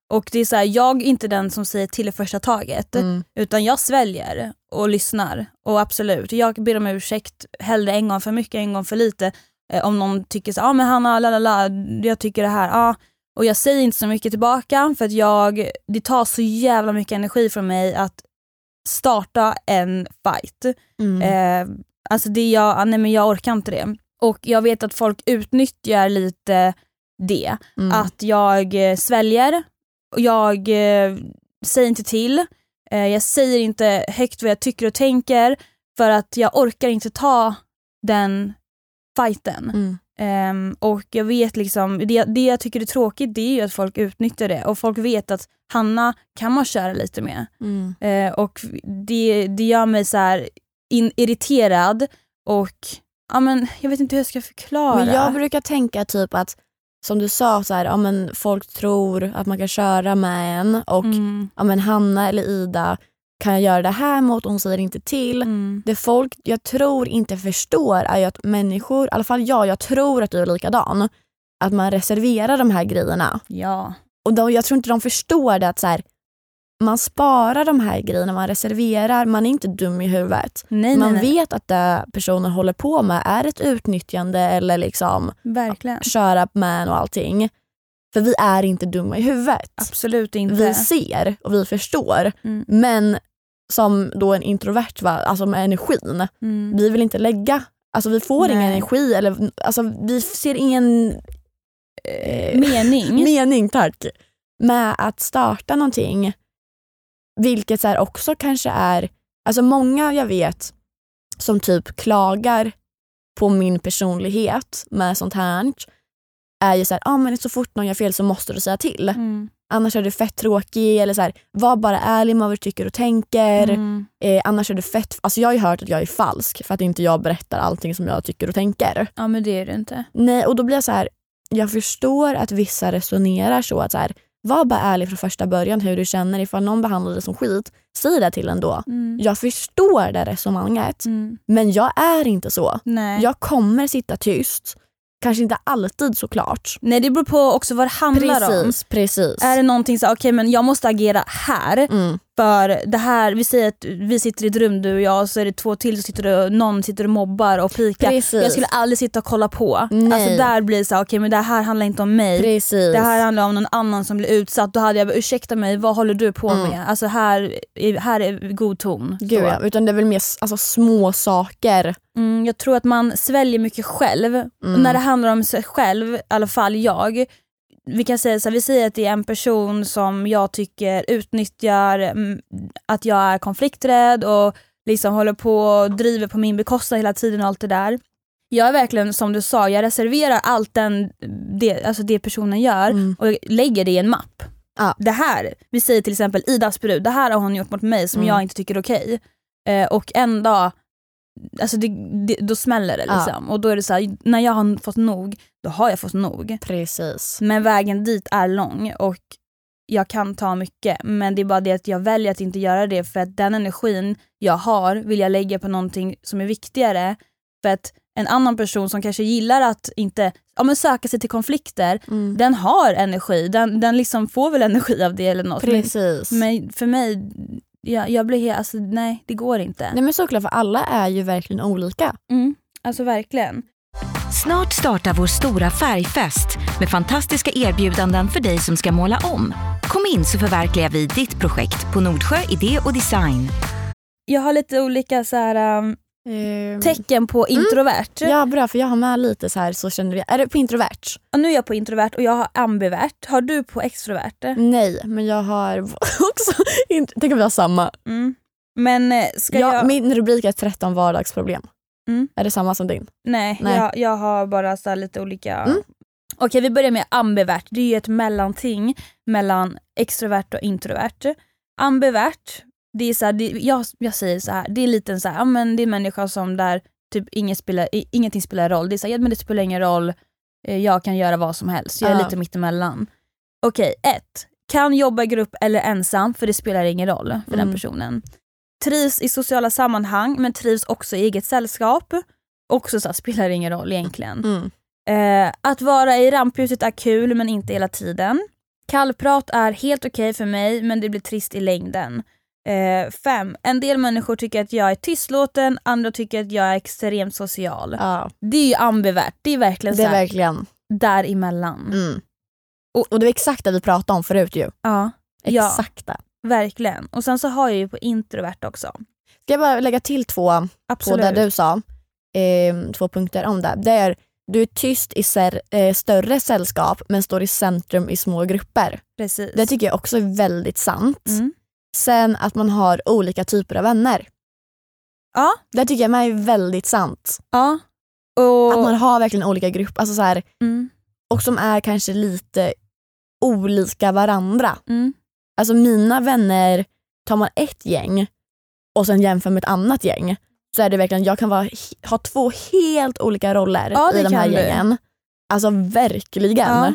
Och det är så här, jag är inte den som säger till i första taget. Mm. Utan jag sväljer och lyssnar. Och absolut, jag ber om ursäkt hellre en gång för mycket, en gång för lite. Eh, om någon tycker så, ja ah, men Hanna, lalala, jag tycker det här, ja. Ah. Och jag säger inte så mycket tillbaka för att jag, det tar så jävla mycket energi från mig att starta en fight. Mm. Eh, alltså det jag, nej men jag orkar inte det. Och jag vet att folk utnyttjar lite det. Mm. Att jag eh, sväljer och jag eh, säger inte till. Eh, jag säger inte högt vad jag tycker och tänker för att jag orkar inte ta den fighten. Mm. Um, och jag vet liksom, det, det jag tycker är tråkigt det är ju att folk utnyttjar det och folk vet att Hanna kan man köra lite med. Mm. Uh, och det, det gör mig så här in, irriterad och ja, men jag vet inte hur jag ska förklara. Men jag brukar tänka typ att som du sa så här, ja, men folk tror att man kan köra med en och mm. ja, men Hanna eller Ida kan jag göra det här mot och hon säger inte till. Mm. Det folk jag tror inte förstår är ju att människor, i alla fall jag, jag tror att du är likadan, att man reserverar de här grejerna. Ja. Och de, jag tror inte de förstår det att så här, man sparar de här grejerna, man reserverar, man är inte dum i huvudet. Nej, man nej, nej. vet att det personen håller på med är ett utnyttjande eller liksom Verkligen. köra med och allting. För vi är inte dumma i huvudet. Absolut inte. Vi ser och vi förstår. Mm. Men som då en introvert, va? Alltså med energin. Mm. Vi vill inte lägga, alltså vi får Nej. ingen energi eller alltså vi ser ingen eh, Mening. mening tack, med att starta någonting. Vilket så här också kanske är, alltså många jag vet som typ klagar på min personlighet med sånt här är ju så här, ah, men så fort någon gör fel så måste du säga till. Mm. Annars är du fett tråkig eller så här, var bara ärlig med vad du tycker och tänker. Mm. Eh, annars är du fett, alltså jag har ju hört att jag är falsk för att inte jag berättar allting som jag tycker och tänker. Ja, men det är det inte. Nej, och då blir jag så här, jag förstår att vissa resonerar så att så här, var bara ärlig från första början hur du känner, ifall någon behandlar dig som skit, säg det till en då. Mm. Jag förstår det resonemanget, Mm. men jag är inte så. Nej. Jag kommer sitta tyst. Kanske inte alltid såklart. Nej, det beror på också vad det handlar om. Precis, precis. Är det någonting så, okej okay, men jag måste agera här. Mm. För det här, vi säger att vi sitter i ett rum du och jag, så är det två till så sitter det, någon sitter och mobbar och pikar. Precis. Jag skulle aldrig sitta och kolla på. Nej. Alltså där blir det så, okej okay, men det här handlar inte om mig. Precis. Det här handlar om någon annan som blir utsatt. Då hade jag bara, ursäkta mig, vad håller du på Mm. med? Alltså här, här är god ton. Gud, ja. Utan det är väl mer alltså, små saker. Mm, jag tror att man sväljer mycket själv. Mm. Och när det handlar om sig själv, i alla fall jag. Vi kan säga så här, vi säger att det är en person som jag tycker utnyttjar mm, att jag är konflikträdd och liksom håller på och driver på min bekostnad hela tiden och allt det där. Jag är verkligen, som du sa, jag reserverar allt den, det, alltså det personen gör Mm. och lägger det i en mapp. Ja. Det här, vi säger till exempel Idas brud, det här har hon gjort mot mig som Mm. jag inte tycker är okej. Eh, och en dag, alltså det, det, då smäller det liksom. Ja. Och då är det så här, när jag har fått nog, då har jag fått nog. Precis. Men vägen dit är lång och jag kan ta mycket. Men det är bara det att jag väljer att inte göra det för att den energin jag har vill jag lägga på någonting som är viktigare. För att en annan person som kanske gillar att inte ja, men söka sig till konflikter, Mm. den har energi. Den, den liksom får väl energi av det eller något. Precis. Men, men för mig, jag, jag blir helt, alltså nej, det går inte. Nej men såklart, för alla är ju verkligen olika. Mm, alltså verkligen. Snart startar vår stora färgfest med fantastiska erbjudanden för dig som ska måla om. Kom in så förverkligar vi ditt projekt på Nordsjö Idé och Design. Jag har lite olika så här, um, Mm. tecken på introvert. Ja, bra, för jag har med lite så här, så känner vi. Är du på introvert? Och nu är jag på introvert och jag har ambivert. Har du på extrovert? Nej, men jag har också inte, tänk om vi har samma. Mm. Men eh, ska Ja, jag... min rubrik är tretton vardagsproblem. Mm. Är det samma som din? Nej, Nej. Jag, jag har bara så här lite olika... Mm. Okej, vi börjar med ambivert. Det är ju ett mellanting mellan extrovert och introvert. Ambivert, det är så här, det, jag, jag säger så här, det är lite så här, ja, men det är människor som där typ inget spelar, ingenting spelar roll. Det är så här, ja, men det spelar ingen roll, jag kan göra vad som helst. Jag är Ja. lite mittemellan. Okej, ett. Kan jobba i grupp eller ensam, för det spelar ingen roll för Mm. den personen. Trivs i sociala sammanhang, men trivs också i eget sällskap. Också så här, spelar ingen roll egentligen. Mm. Eh, att vara i rampljuset är kul, men inte hela tiden. Kallprat är helt okej för mig, men det blir trist i längden. Eh, fem. En del människor tycker att jag är tystlåten, andra tycker att jag är extremt social. Ja. Det är ju ambivert. Det är verkligen Det är så här, verkligen. däremellan. Mm. Och, och det var exakt det vi pratade om förut ju. Ja, Exakt det. ja, verkligen. Och sen så har jag ju på introvert också. Ska jag bara lägga till två Absolut. på det du sa? Eh, två punkter om det. Det är, du är tyst i ser, eh, större sällskap men står i centrum i små grupper. Precis. Det tycker jag också är väldigt sant. Mm. Sen att man har olika typer av vänner. Ja. Det tycker jag med är väldigt sant. Ja. Och... Att man har verkligen olika grupper. Alltså så här, mm. och som är kanske lite olika varandra. Mm. Alltså mina vänner, tar man ett gäng och sen jämför med ett annat gäng, så är det verkligen, jag kan vara, ha två helt olika roller ja, i de här kan gängen. Du. Alltså verkligen. Ja.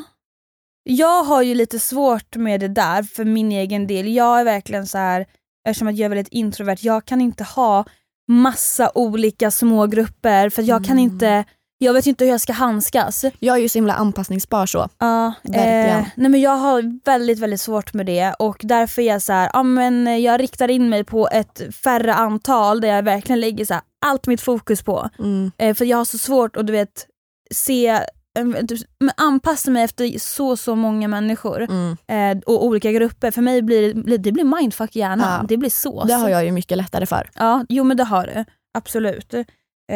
Jag har ju lite svårt med det där för min egen del. Jag är verkligen så här, eftersom att jag är väldigt introvert, jag kan inte ha massa olika små grupper för jag kan Mm. inte, jag vet inte hur jag ska handskas. Jag är ju så himla anpassningsbar så. Ja, Verkligen. eh, nej men jag har väldigt väldigt svårt med det och därför är jag så här, ja men jag riktar in mig på ett färre antal där jag verkligen lägger så här, allt mitt fokus på. Mm. Eh, för jag har så svårt att du vet se, eh, men anpassa mig efter så så många människor Mm. eh, och olika grupper. För mig blir det, det blir mindfuck i hjärnan. Ja. Det blir så. Det har jag ju mycket lättare för. Ja, jo men det har du. Absolut. Eh,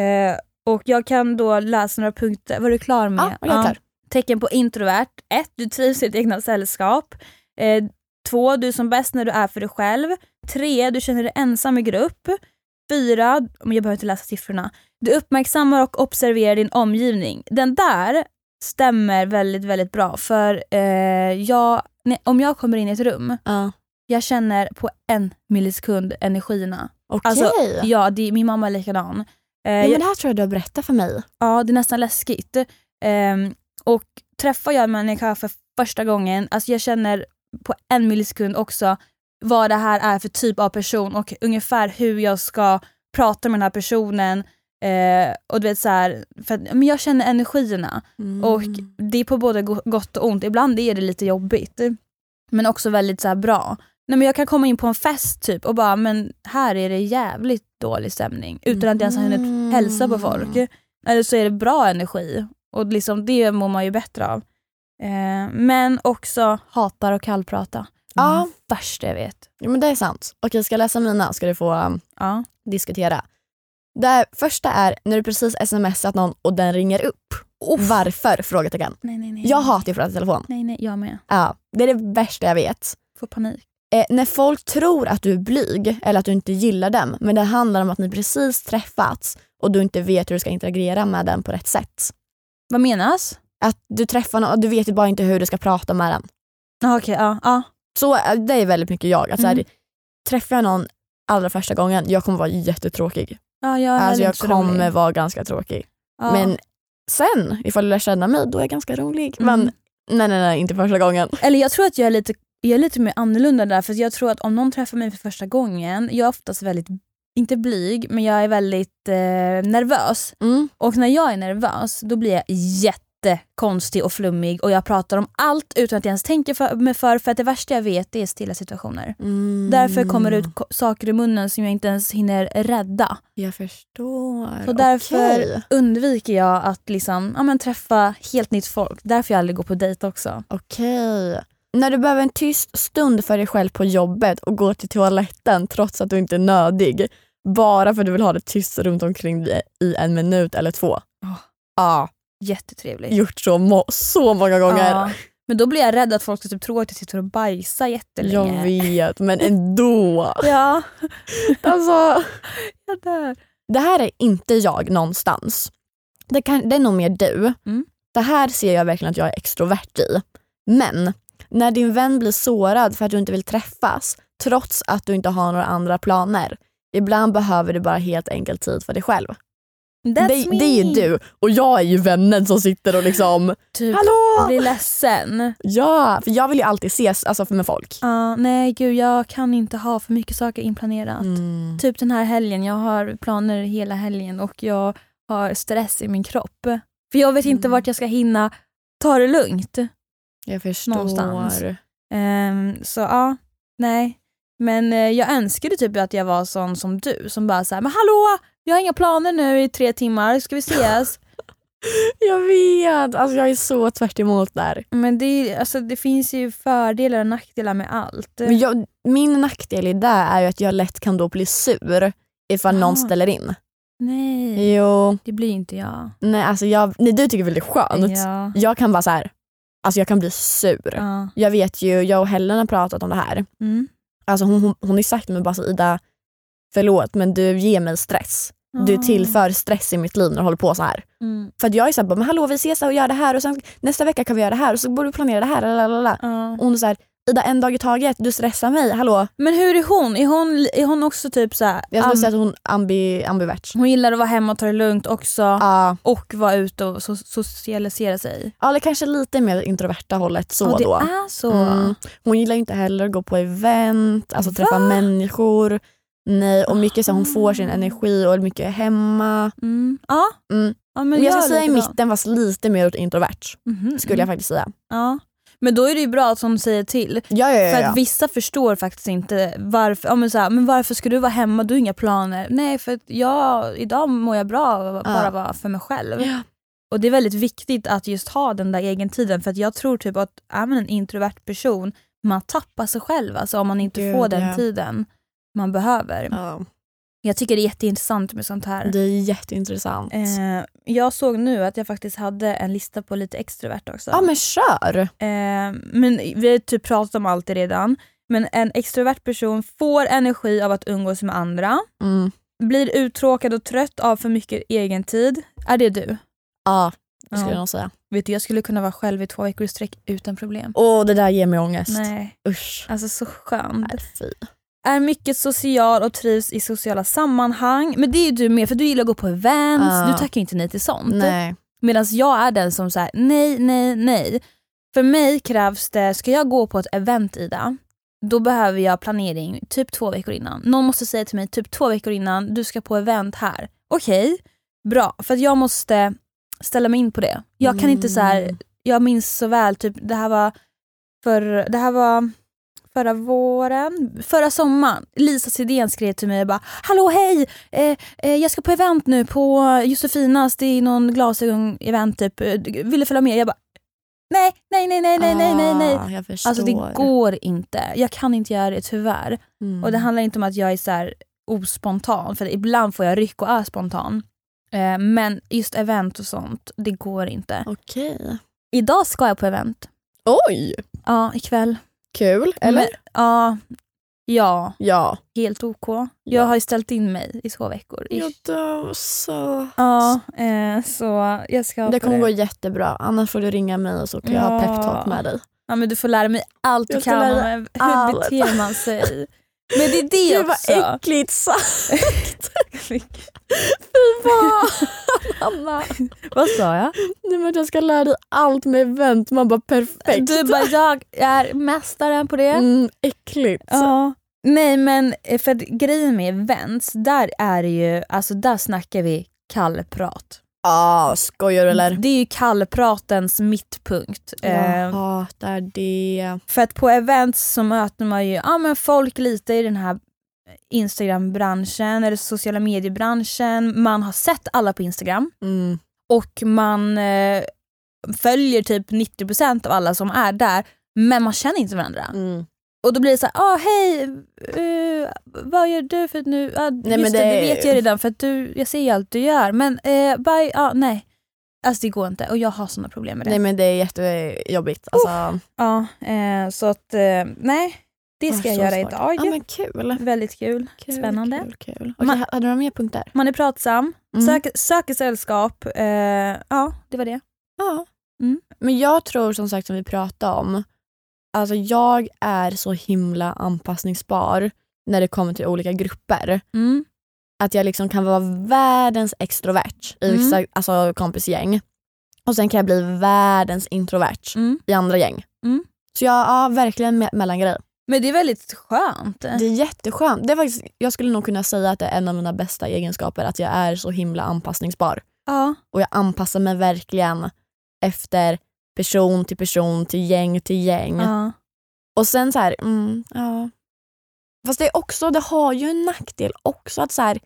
och jag kan då läsa några punkter. Var du klar med? Ja, jag är klar. Tecken på introvert. ett. Du trivs i ditt egna sällskap. Eh, två. Du är som bäst när du är för dig själv. tre. Du känner dig ensam i grupp. fyra. Men jag behöver inte läsa siffrorna. Du uppmärksammar och observerar din omgivning. Den där stämmer väldigt, väldigt bra. För eh, jag, nej, om jag kommer in i ett rum, Ja. jag känner på en millisekund energierna. Okej. Alltså, ja, det, min mamma är likadan. Eh, ja, men det här tror jag du har berättat för mig. Ja, det är nästan läskigt. Um, och träffar jag en människa för första gången, alltså jag känner på en millisekund också vad det här är för typ av person och ungefär hur jag ska prata med den här personen. Uh, och du vet så här, för att, men jag känner energierna. Mm. Och det är på både go- gott och ont. Ibland är det lite jobbigt. Men också väldigt så här bra. Nej, men jag kan komma in på en fest typ och bara, men här är det jävligt dålig stämning. Utan att jag ens har hunnit hälsa på folk. Eller så är det bra energi. Och liksom det mår man ju bättre av. Eh, men också hatar och kallprata. Ja. Mm, värsta jag vet. Ja, men det är sant. Okej, ska jag läsa mina ska du få um, Ja. diskutera. Det första är när du precis smsat någon och den ringer upp. Varför? Frågetecken. Nej, nej, nej. Jag hatar ju att prata i telefon. Nej, nej, jag med. Ja, det är det värsta jag vet. Får panik. Eh, när folk tror att du är blyg eller att du inte gillar dem, men det handlar om att ni precis träffats och du inte vet hur du ska interagera med den på rätt sätt. Vad menas? Att du träffar någon och du vet ju bara inte hur du ska prata med den. Ah, Okej, okay, ja. ja. Så eh, det är väldigt mycket jag. Att så här, Mm. träffar jag någon allra första gången, jag kommer vara jättetråkig. Ja, jag är Alltså jag inte så kommer rolig. vara ganska tråkig. Ja. Men sen, ifall du lär känna mig, då är jag ganska rolig. Mm. Men nej, nej, nej, inte första gången. Eller jag tror att jag är lite, jag är lite mer annorlunda där. För jag tror att om någon träffar mig för första gången, jag är oftast väldigt, inte blyg, men jag är väldigt eh, nervös. Mm. Och när jag är nervös, då blir jag jättekonstig och flummig. Och jag pratar om allt utan att jag ens tänker för, mig för. För att det värsta jag vet, det är stilla situationer. Mm. Därför kommer det ut ko- saker i munnen som jag inte ens hinner rädda. Jag förstår. Så därför Okej. undviker jag att liksom, ja, men, träffa helt nytt folk. Därför jag aldrig går på dejt också. Okej. När du behöver en tyst stund för dig själv på jobbet och går till toaletten trots att du inte är nödig, bara för att du vill ha det tyst runt omkring dig i en minut eller två. Ja, Oh. ah, Jättetrevligt. gjort så, må- så många gånger. Ja. Men då blir jag rädd att folk ska typ tro att jag sitter och bajsar jättelänge. Jag vet, men ändå. Ja. Alltså, Jag dör. det här är inte jag någonstans. Det, kan, det är nog mer du. Mm. Det här ser jag verkligen att jag är extrovert i. Men när din vän blir sårad för att du inte vill träffas, trots att du inte har några andra planer, ibland behöver du bara helt enkelt tid för dig själv. That's Det, me. det är ju du. Och jag är ju vännen som sitter och liksom Typ hallå! blir ledsen. Ja, för jag vill ju alltid ses alltså, med folk. Uh, nej gud, jag kan inte ha för mycket saker inplanerat. Mm. Typ den här helgen, jag har planer hela helgen och jag har stress i min kropp. För jag vet inte Mm. vart jag ska hinna ta det lugnt. Jag förstår. Någonstans. Um, så ja, nej. Men uh, jag önskade typ att jag var sån som du. Som bara såhär, men hallå, jag har inga planer nu i tre timmar, ska vi ses? Jag vet, alltså jag är så tvärt emot där. Men det, alltså, det finns ju fördelar och nackdelar med allt. Men jag, min nackdel i det är ju att jag lätt kan då bli sur ifall Ah. någon ställer in. Nej, Jo. det blir inte jag. Nej, alltså jag, nej, du tycker väl det är skönt? Ja. Jag kan vara så här, alltså jag kan bli sur. Ja. Jag vet ju, jag och Helen har pratat om det här. Mm. Alltså hon, hon, hon har sagt till mig bara så, Ida, förlåt men du ger mig stress. Du tillför stress i mitt liv när du håller på så här. Mm. För att jag är så här, men hallå vi ses och gör det här och sen nästa vecka kan vi göra det här och så borde vi planera det här. Lalala. Ja. Och hon är så här, Ida en dag i taget, du stressar mig, hallå. Men hur är hon? Är hon, är hon också typ så här, Jag skulle am- säga att hon ambi, ambivert. hon gillar att vara hemma och ta det lugnt också Ja, och vara ute och so- socialisera sig? ja, eller kanske lite mer introverta hållet så Ja, det då. är så. Mm. Hon gillar ju inte heller att gå på event, alltså träffa Va? människor. Nej, och mycket så hon får sin energi och mycket hemma. Mm. Ja. Mm. Ja, Men jag ska säga i likadant. mitten fast lite mer åt introvert. Mhm, Skulle jag mm. faktiskt säga. Ja. Men då är det ju bra att hon säger till. Ja, ja, ja, För ja. att vissa förstår faktiskt inte varför, ja, men så här, men varför ska du vara hemma, du har inga planer. Nej, för att jag, idag mår jag bra av att bara Ja. vara för mig själv. Ja. Och det är väldigt viktigt att just ha den där egen tiden. För att jag tror typ att är man en introvert person, man tappar sig själv alltså, om man inte Gud, får den ja. tiden man behöver. Ja. Jag tycker det är jätteintressant med sånt här. Det är jätteintressant. Eh, jag såg nu att jag faktiskt hade en lista på lite extrovert också. Ja men kör! Eh, men vi har typ pratat om allt det redan. Men en extrovert person får energi av att umgås med andra. Mm. Blir uttråkad och trött av för mycket egen tid. Är det du? Ja, det skulle Ja. jag nog säga. Vet du, jag skulle kunna vara själv i två veckor i sträck utan problem. Åh, det där ger mig ångest. Nej, Usch. alltså så skönt. Nej, fy. Är mycket social och trivs i sociala sammanhang. Men det är ju du med, för du gillar att gå på events. Ja. Du tackar inte nej till sånt. Nej. Medan jag är den som säger nej, nej, nej. För mig krävs det, ska jag gå på ett event, Ida, då behöver jag planering typ två veckor innan. Någon måste säga till mig typ två veckor innan, du ska på event här. Okej, okay, bra. För att jag måste ställa mig in på det. Jag kan inte så här, jag minns så väl, typ det här var för, det här var förra våren, förra sommaren. Lisa Sidén skrev till mig och bara, hallå hej, eh, eh, jag ska på event nu på Josefinas, det är någon glasögon-event typ, vill du följa med? Jag bara, nej, nej, nej, nej, nej, nej, nej, nej. Ah, jag förstår. Alltså det går inte, jag kan inte göra det tyvärr. Mm. Och det handlar inte om att jag är så här ospontan, för ibland får jag ryck och är spontan. Eh, men just event och sånt, det går inte. Okej. Idag ska jag på event. Oj! Ja, ikväll. Kul, eller? Men, ja, ja, Ja. helt OK. Jag Ja. har ju ställt in mig i två veckor. Jag dör så. Ja, eh, så jag ska Det på kommer det. gå jättebra. Annars får du ringa mig och så kan jag ha Ja. peptalk med dig. Ja, men du får lära mig allt du Jag ska kan lära om dig hur allt. beter man sig. Men det är det Gud också. vad äckligt sagt. Fy fan, Anna. Vad sa jag? Nej, men jag ska lära dig allt med event. Man bara perfekt. Du bara, jag är mästaren på det. Mm, äckligt. Ja. Nej, men för att grejen med events, där är det ju, alltså där snackar vi kallprat. Ah, skojar du eller? Det är ju kallpratens mittpunkt. Jag Eh, hatar det. För att på events så möter man ju ja, men folk lite i den här Instagram-branschen eller sociala mediebranschen. Man har sett alla på Instagram Mm. och man eh, följer typ nittio procent av alla som är där, men man känner inte varandra. Mm. Och då blir det så här, ah, hej, uh, vad gör du för att nu? Ah, Nej, just men det, det- det vet jag redan för att du, jag ser ju allt du gör. Men eh, bye, ah, nej. Alltså det går inte och jag har såna problem med det. Nej men det är jättejobbigt. Alltså, Ja, eh, så att eh, nej, det ska ah, jag så göra svårt. idag. Ja men kul. Väldigt kul, Kul, spännande. Kul, kul. Okej, Man- hade du några mer punkter? Man är pratsam, Mm. söker, söker sällskap. Eh, ja, det var det. Ja. Mm. Men jag tror som sagt som vi pratade om, alltså jag är så himla anpassningsbar när det kommer till olika grupper. Mm. Att jag liksom kan vara världens extrovert i vissa Mm. alltså, kompisgäng. Och sen kan jag bli världens introvert Mm. i andra gäng. Mm. Så jag ja, verkligen me- mellangrej. Men det är väldigt skönt. Det är jätteskönt. Det är faktiskt, jag skulle nog kunna säga att det är en av mina bästa egenskaper, att jag är så himla anpassningsbar. Ja. Och jag anpassar mig verkligen efter person till person, till gäng till gäng. Ja. Och sen så här, mm, ja. Fast det är också, det har ju en nackdel också att så här,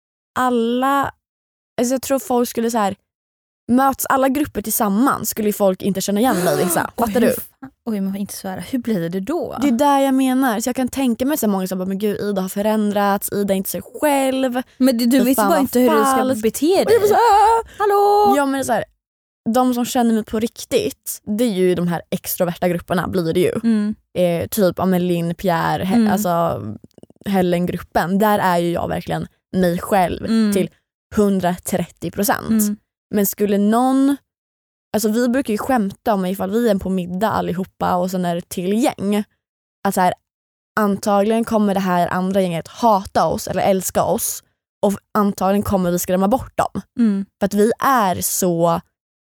alla, alltså jag tror folk skulle så här, möts alla grupper tillsammans skulle ju folk inte känna igen mig vissa. Fattar du? Oj, man får inte svära. Hur blir det då? Det är där jag menar. Så jag kan tänka mig så många som bara, men gud, Ida har förändrats, Ida är inte sig själv. Men du, du vet bara inte hur du ska bete dig. Och jag bara så här, hallå? Ja, men så här, de som känner mig på riktigt, det är ju de här extroverta grupperna blir det ju. Mm. Eh, typ Amelin, Pierre, he- Mm. alltså Helen-gruppen. Där är ju jag verkligen mig själv Mm. till hundratrettio procent. Mm. Men skulle någon, alltså vi brukar ju skämta om ifall vi är på middag allihopa och sen är det till gäng. Att så här, antagligen kommer det här andra gänget hata oss eller älska oss. Och antagligen kommer vi skrämma bort dem. Mm. För att vi är så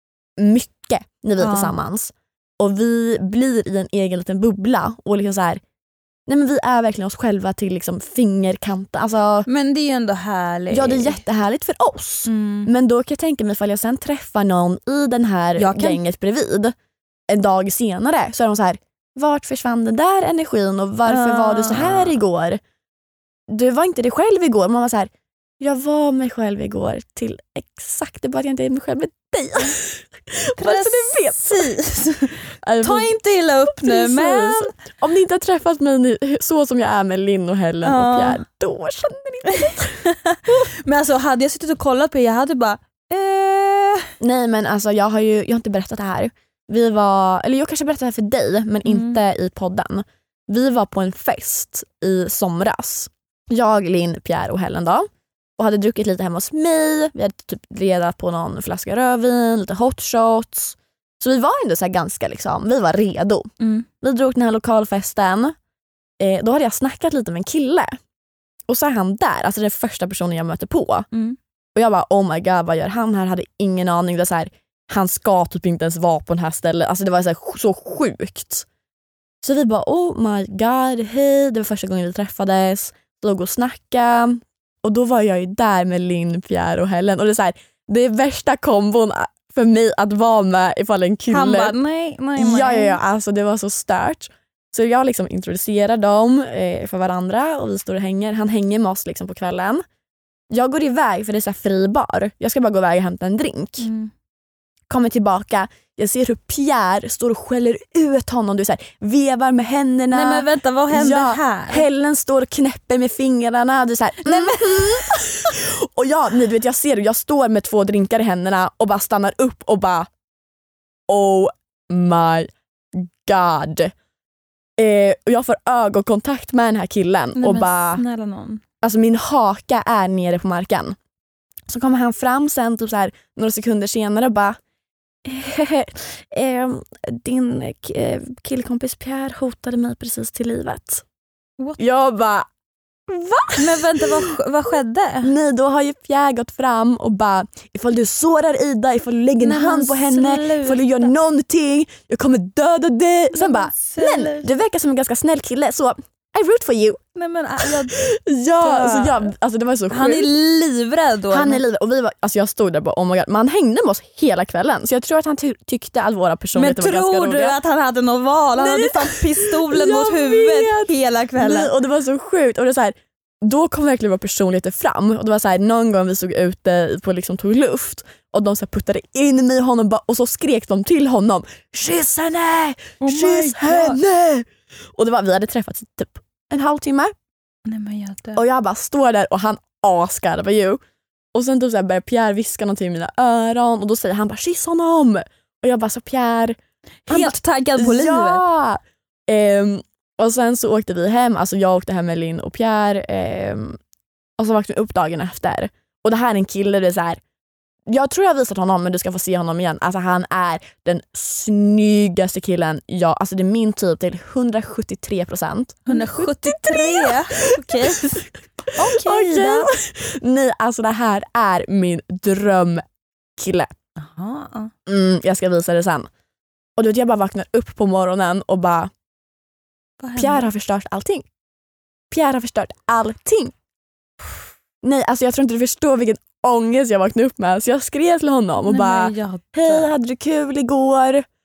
mycket när vi är Ja. tillsammans. Och vi blir i en egen liten bubbla. Och liksom så här, nej men vi är verkligen oss själva till liksom fingerkanten. Alltså, Men det är ju ändå härligt. ja, det är jättehärligt för oss. Mm. Men då kan jag tänka mig ifall jag sen träffar någon i den här Jag kan- gänget bredvid en dag senare så är de så här, vart försvann den där energin och varför Ah. var du så här igår? Du var inte dig själv igår. Man var så här, jag var mig själv igår till exakt, det bara att jag inte är mig själv med dig. Bara så du vet. Precis. Alltså, Ta inte illa upp nu, precis. men... Om ni inte har träffat mig nu, så som jag är med Linn och Helen Ja. och Pierre, då känner ni inte. Men alltså hade jag suttit och kollat på er, jag hade bara... Eh... Nej, men alltså jag har ju jag har inte berättat det här. Vi var, eller jag kanske berättade det här för dig, men Mm. inte i podden. Vi var på en fest i somras. Jag, Linn, Pierre och Helen då. Och hade druckit lite hemma hos mig. Vi hade typ redat på någon flaska rödvin, lite hot shots. Så vi var ändå så här ganska liksom, vi var redo. Mm. Vi drog till den här lokalfesten. Eh, då hade jag snackat lite med en kille. Och så är han där, alltså den första personen jag möter på. Mm. Och jag bara, oh my god, vad gör han här? Hade ingen aning. Det var så här, han ska typ inte ens vara på den här stället. Alltså det var så, här, så sjukt. Så vi bara, oh my god, hej. Det var första gången vi träffades. Låg och snacka. Och då var jag ju där med Linn, Pierre och Helen. Och det är så här, det är värsta kombon för mig att vara med ifall en kille. Han bara, nej, nej, nej. Ja, ja, ja, alltså det var så stört. Så jag liksom introducerar dem eh, för varandra och vi står och hänger. Han hänger med oss liksom på kvällen. Jag går iväg för det är så här fri bar. Jag ska bara gå iväg och hämta en drink. Mm. Kommer tillbaka. Jag ser hur Pierre står och skäller ut honom. Du så här, vevar med händerna. Nej men vänta, vad hände Ja, här? Helen står och knäpper med fingrarna. Du så här, nej men. Och jag, ni vet, jag ser det. Jag står med två drinkar i händerna och bara stannar upp och bara oh my god. Eh, och jag får ögonkontakt med den här killen. Nej, och men bara, snälla någon. alltså min haka är nere på marken. Så kommer han fram sen typ så här, några sekunder senare och bara eh, din eh, killkompis Pierre hotade mig precis till livet. What? Jag bara, va? Men vänta, vad, vad skedde? Nej, då har ju Pierre gått fram och bara, ifall du sårar Ida, ifall du lägger en Nej, hand på men henne, sluta. ifall du gör någonting, jag kommer döda dig. Sen men bara, sluta. men du verkar som en ganska snäll kille så I root for you. Nej men jag, Ja, alltså, jag, alltså det var så sjukt. han är livrädd då. Han är livrädd och vi var, alltså jag stod där bara, oh my god, man hängde med oss hela kvällen. Så jag tror att han ty- tyckte att våra Men personligheter var ganska tror roliga. du att han hade något val? Han Nej. hade satt pistolen Jag mot huvudet vet. hela kvällen. Nej, och det var så sjukt. Och det är så här, då kom verkligen våra personligheter fram. Och det var så här, någon gång vi stod ute på liksom tog luft och de så här puttade in mig i honom bara, och så skrek de till honom, kyss henne! Oh my Kyss God. henne! Och det var, vi hade träffats i typ en halvtimme. Nej men jag dör. Och jag bara står där och han asgarvar ju. Och sen typ så här börjar Pierre viska någonting i mina öron och då säger han bara, kyss honom! Och jag bara, så Pierre... Han Helt taggad på livet. Ja! Ehm, och sen så åkte vi hem, alltså jag åkte hem med Linn och Pierre. Ehm, och så vaknade vi upp dagen efter. Och det här är en kille, det är så här, jag tror jag har visat honom men du ska få se honom igen. Alltså han är den snyggaste killen. Ja, alltså det är min typ till hundrasjuttiotre procent. hundrasjuttiotre? Okej. Okej då. Nej, alltså det här är min drömkille. Aha. Mm, jag ska visa det sen. Och du vet, jag bara vaknar upp på morgonen och bara, Vad hände? Pierre har förstört allting. Pierre har förstört allting. Nej, alltså jag tror inte du förstår vilken ångest jag vaknade upp med. Så jag skrev till honom och Nej, bara, men jag dör. hej, hade du kul igår?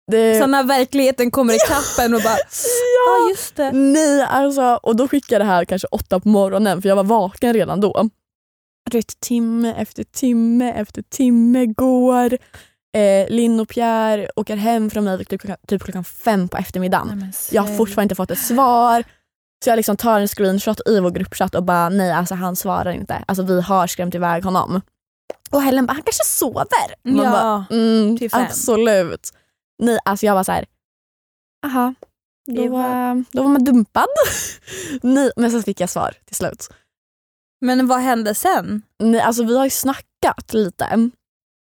Det... Så när verkligheten kommer i kappen och bara, ja ah, just det. Nej, alltså, och då skickade jag det här kanske åtta på morgonen för jag var vaken redan då. Du vet, timme efter timme efter timme går. Eh, Linn och Pierre åker hem från mig typ klockan, typ klockan fem på eftermiddagen. Nej, jag har fortfarande inte fått ett svar. Så jag liksom tar en screenshot i vår gruppchatt och bara nej, alltså han svarar inte. Alltså vi har skrämt iväg honom. Och Helen bara, han kanske sover. Man ja, bara, mm, till fem. Absolut. Nej, alltså jag var så här. Aha, då var, då var man dumpad. Nej, men så fick jag svar till slut. Men vad hände sen? Nej, alltså vi har ju snackat lite.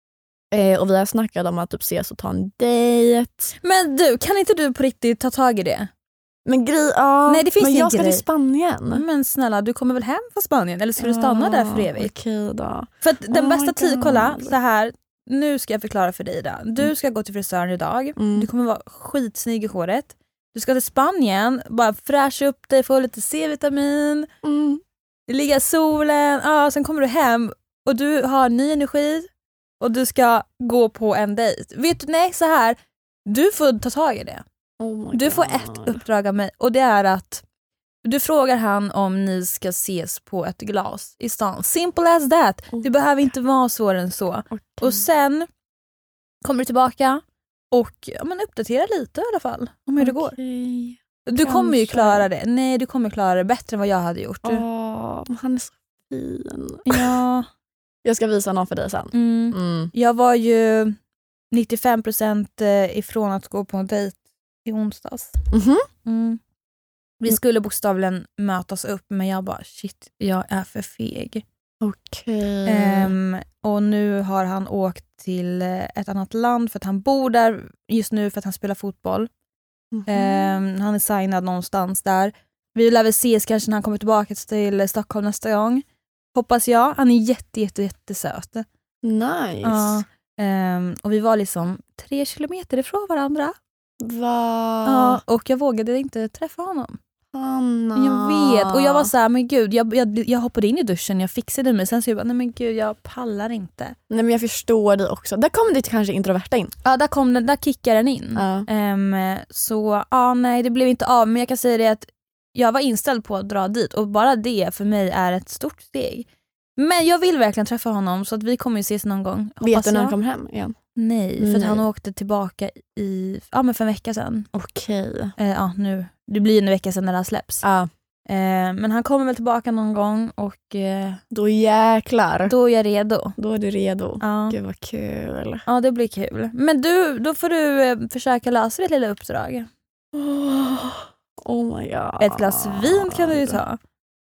Eh, och vi har snackat om att typ ses och ta en dejt. Men du, kan inte du på riktigt ta tag i det? Men grej, ja. Nej, det finns men jag ska grej. till Spanien. Men snälla, du kommer väl hem från Spanien? Eller ska du stanna ja, där för evigt? Okej då. För att den Oh bästa my tiden, God. kolla så här. Nu ska jag förklara för dig då. Du ska gå till frisören idag. Mm. Du kommer vara skitsnygg i håret. Du ska till Spanien, bara fräscha upp dig, få lite C-vitamin, Mm. ligga i solen. Ja, sen kommer du hem och du har ny energi och du ska gå på en dejt. Vet du, nej så här. Du får ta tag i det. Oh my Du får God. ett uppdrag av mig och det är att du frågar han om ni ska ses på ett glas i stan. Simple as that. Oh. Det behöver inte vara svårare än så. Okay. Och sen kommer du tillbaka och ja, men uppdatera lite i alla fall om hur det går. Okay. Du kommer ju Kanske. klara det. Nej, du kommer klara det bättre än vad jag hade gjort. Åh, men han är så fin. Ja. Jag ska visa honom för dig sen. Mm. Mm. Jag var ju nittiofem procent ifrån att gå på en dejt i onsdags. Mm-hmm. Mm. Vi skulle bokstavligen mötas upp men jag bara shit, jag är för feg. Okej. Okay. Um, och nu har han åkt till ett annat land för att han bor där just nu för att han spelar fotboll. Mm-hmm. Um, han är signad någonstans där. Vi lär väl ses kanske när han kommer tillbaka till Stockholm nästa gång. Hoppas jag. Han är jätte, jätte, jättesöt. Nice. Ja. Um, och vi var liksom tre kilometer ifrån varandra. Va? Ja, och jag vågade inte träffa honom. Anna. Jag vet. Och jag var så här, men gud, jag, jag, jag hoppade in i duschen, jag fixade mig. Sen så jag bara, nej men gud, jag pallar inte. Nej men jag förstår dig också. Där kommer ditt kanske introverta in. Ja, där kom den, där kickade den in. Ja. Um, så, ja nej, det blev inte av. Men jag kan säga det att jag var inställd på att dra dit. Och bara det för mig är ett stort steg. Men jag vill verkligen träffa honom så att vi kommer ju ses någon gång. Vet du när jag. han kommer hem igen? Nej, för Nej. att han åkte tillbaka i, ja, men för en vecka sedan. Okej. Eh, ja, nu. Det blir en vecka sedan när det här släpps. Ja. Eh, men han kommer väl tillbaka någon gång och eh, Då jäklar. då är jag redo. Då är du redo. Ja. Gud vad kul. Ja, det blir kul. Men du, då får du eh, försöka lösa ditt lilla uppdrag. Oh, oh my God. Ett glas vin kan du ju ta.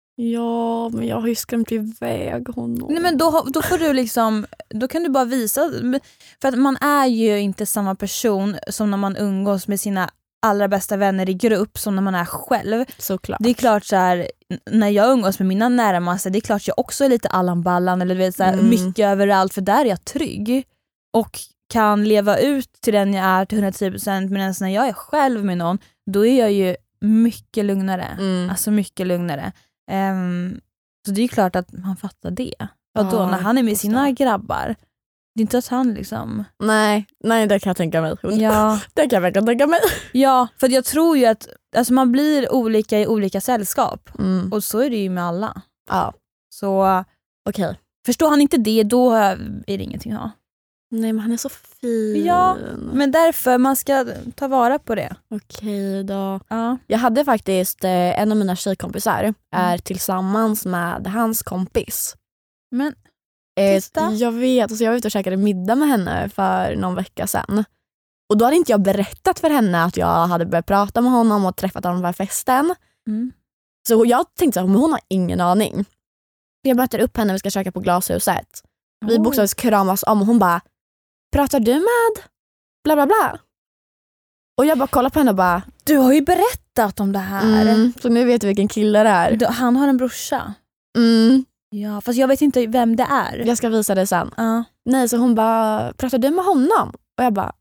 Ja, men jag har ju skrämt iväg honom. Nej, men då, då får du liksom, då kan du bara visa, för att man är ju inte samma person som när man umgås med sina allra bästa vänner i grupp som när man är själv. Såklart. Det är klart så här, när jag umgås med mina närmaste, det är klart jag också är lite Allan Ballan eller du vet, så här, Mm. mycket överallt, för där är jag trygg och kan leva ut till den jag är till hundratio procent, medan när jag är själv med någon, då är jag ju mycket lugnare. Mm. Alltså mycket lugnare. Um, så det är ju klart att man fattar det. Och då Ja, när han är med sina förstår. grabbar, det är inte att han liksom... Nej, nej, det kan jag tänka mig. Ja, Det kan jag verkligen tänka mig. ja, för jag tror ju att alltså man blir olika i olika sällskap. Mm. Och så är det ju med alla. Ja, Så okej. förstår han inte det, då är det ingenting att ha. Nej, men han är så fin. Ja, men därför man ska ta vara på det. Okej då. Ja. Jag hade faktiskt eh, en av mina tjejkompisar är tillsammans med hans kompis. Men Eh, Titta. jag vet, alltså jag var ute och käkade middag med henne för någon vecka sedan. Och då hade inte jag berättat för henne att jag hade börjat prata med honom och träffat honom på festen. mm. Så jag tänkte att hon har ingen aning. Jag möter upp henne och vi ska käka på Glashuset. Vi Oh. bokstavligt kramas om och hon bara, pratar du med bla bla bla? Och jag bara kollar på henne och bara, Du har ju berättat om det här. mm, så nu vet du vilken kille det är. Du, han har en brorsa. Mm, Ja, fast jag vet inte vem det är. jag ska visa det sen. Ja. Nej, så hon bara, pratar du med honom? Och jag bara,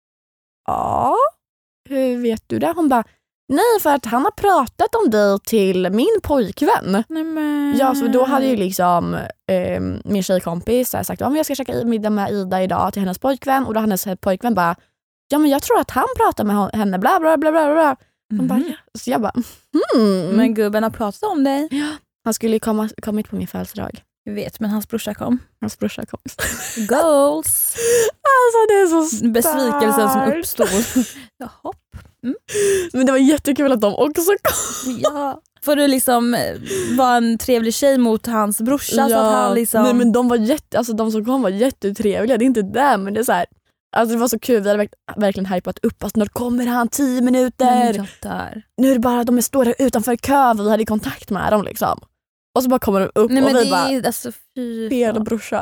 ja, hur vet du det? Hon bara, nej, för att han har pratat om dig till min pojkvän. Nej, men... Ja, så då hade ju liksom eh, min tjejkompis så här sagt, ja, men jag ska käka middag med Ida idag till hennes pojkvän. Och då hennes pojkvän bara, ja men jag tror att han pratar med henne, bla bla bla bla bla. Mm. Bara, ja. Så jag bara, hmm. Men gubben har pratat om dig. Ja. Han skulle ju komma, kommit på min födelsedag. Jag vet, men hans brorsa kom. Hans brorsa kom. Goals! Alltså det är så starkt. Besvikelsen som uppstod. Jaha. Mm. Men det var jättekul att de också kom. Ja. Får du liksom vara en trevlig tjej mot hans brorsa? Ja. Så att han liksom... Nej men de var jätte, alltså de som kom var jättetrevliga. Det är inte det, men det är så här. Alltså det var så kul, vi hade verk- verkligen hypat upp. Alltså när kommer han? Tio minuter. Men där. Nu är det bara, de står där utanför kö. Vi hade kontakt med dem liksom. Och så bara kommer de upp. Nej, och men vi det bara, är alltså fy fel fan. brorsa.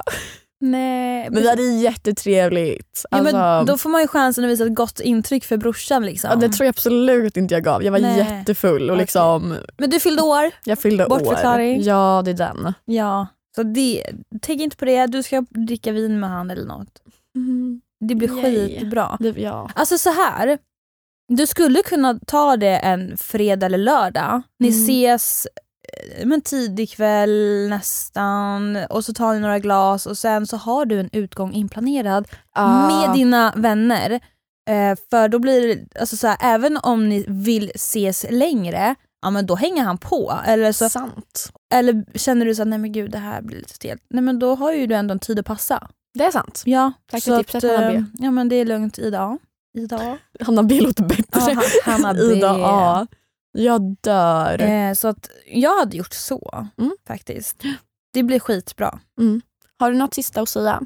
Nej. Men vi hade jättetrevligt. Ja, Alltså, men då får man ju chansen att visa ett gott intryck för brorsan liksom. ja, det tror jag absolut inte jag gav. Jag var Nej. jättefull och Okej. liksom, Men du fyllde år. jag fyllde år. Bortförklaring. Ja, det är den. Ja. Så det, tänk inte på det. Du ska dricka vin med han eller något. Mm. Det blir Yay. skitbra. Det, ja. Alltså så här. Du skulle kunna ta det en fredag eller lördag. Ni Mm. ses eh, men tidig kväll nästan och så tar ni några glas och sen så har du en utgång inplanerad Ah. med dina vänner. Eh, för då blir det, alltså så här, även om ni vill ses längre, ja men då hänger han på. Eller, så, Sant. eller känner du så att nej men gud det här blir lite stelt. Nej men då har ju du ändå en tid att passa. Det är sant. Ja, Tack så för tipset, att, Hanna B. eh, ja men det är lugnt Ida. Ida. Hanna B låter bättre. Ja, Hanna B. Ida A. Jag dör. Eh, så att jag hade gjort så Mm. faktiskt. Det blir skitbra. Mm. Har du något sista att säga?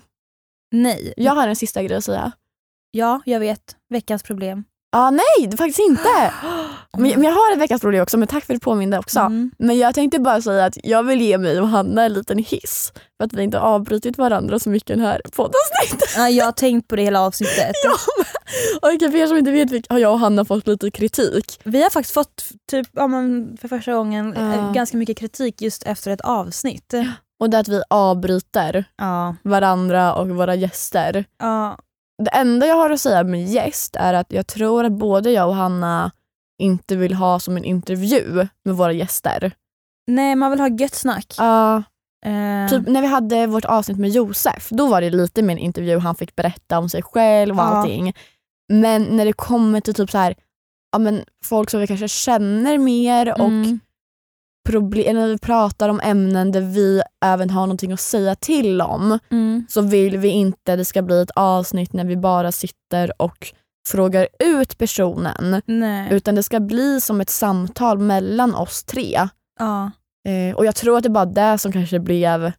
Nej. Jag har en sista grej att säga. Ja, jag vet. Veckans problem. Ah, nej, det är faktiskt inte. Men, men jag har ett veckans problem också, men tack för att du påminde också. Mm. Men jag tänkte bara säga att jag vill ge mig och Hanna en liten hiss. För att vi inte har avbrutit varandra så mycket den här poddavsnittet. Ja, jag har tänkt på det hela avsnittet. Ja, men, och för er som inte vet har jag och Hanna fått lite kritik. Vi har faktiskt fått typ, ja, men för första gången Ja. eh, ganska mycket kritik just efter ett avsnitt. Och det är att vi avbryter Ja. varandra och våra gäster. Ja. Det enda jag har att säga med gäst är att jag tror att både jag och Hanna inte vill ha som en intervju med våra gäster. Nej, man vill ha gött snack. Ja. Eh, Typ när vi hade vårt avsnitt med Josef, då var det lite mer en intervju. Han fick berätta om sig själv och Ja. allting. Men när det kommer till typ så här, ja, men folk som vi kanske känner mer och mm. problem, när vi pratar om ämnen där vi även har någonting att säga till om, Mm. så vill vi inte det ska bli ett avsnitt när vi bara sitter och frågar ut personen. Nej. Utan det ska bli som ett samtal mellan oss tre. Ja. Eh, och jag tror att det är bara det som kanske blev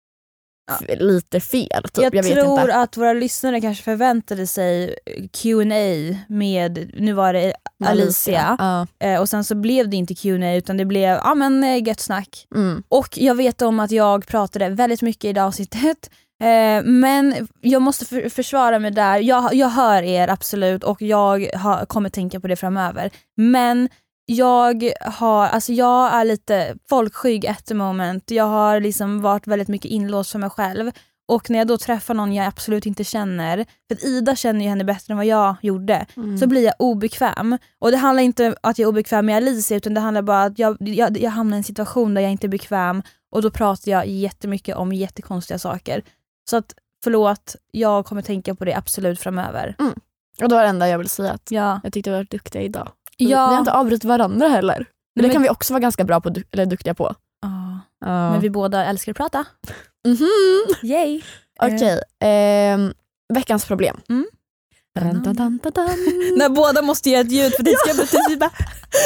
f- lite fel. Typ. Jag, Jag, vet tror inte. att våra lyssnare kanske förväntade sig Q and A med, nu var det Alicia, Ja. eh, och sen så blev det inte Q and A utan det blev ja men eh, gött snack. Mm. Och jag vet om att jag pratade väldigt mycket i det avsnittet, eh, men jag måste för, försvara mig där. Jag, jag hör er absolut och jag har, kommer tänka på det framöver. Men jag har, alltså jag är lite folkskygg at the moment. Jag har liksom varit väldigt mycket inlåst för mig själv. Och när jag då träffar någon jag absolut inte känner, för att Ida känner ju henne bättre än vad jag gjorde, Mm. så blir jag obekväm. Och det handlar inte om att jag är obekväm med Alicia, utan det handlar bara om att jag, jag, jag hamnar i en situation där jag inte är bekväm. Och då pratar jag jättemycket om jättekonstiga saker. Så att förlåt, jag kommer tänka på det absolut framöver. Och då är det enda jag vill säga att Ja. jag tyckte vi var duktiga idag. Vi Ja. har inte avbrutit varandra heller. Men det men- kan vi också vara ganska bra på, du- eller duktiga på. Ja. Ja. Men vi båda älskar att prata. Mhm. Yay! Okej, ehm, veckans problem. Mm. Rantatantatam. När båda måste ge ett ljud för det ska bli bara...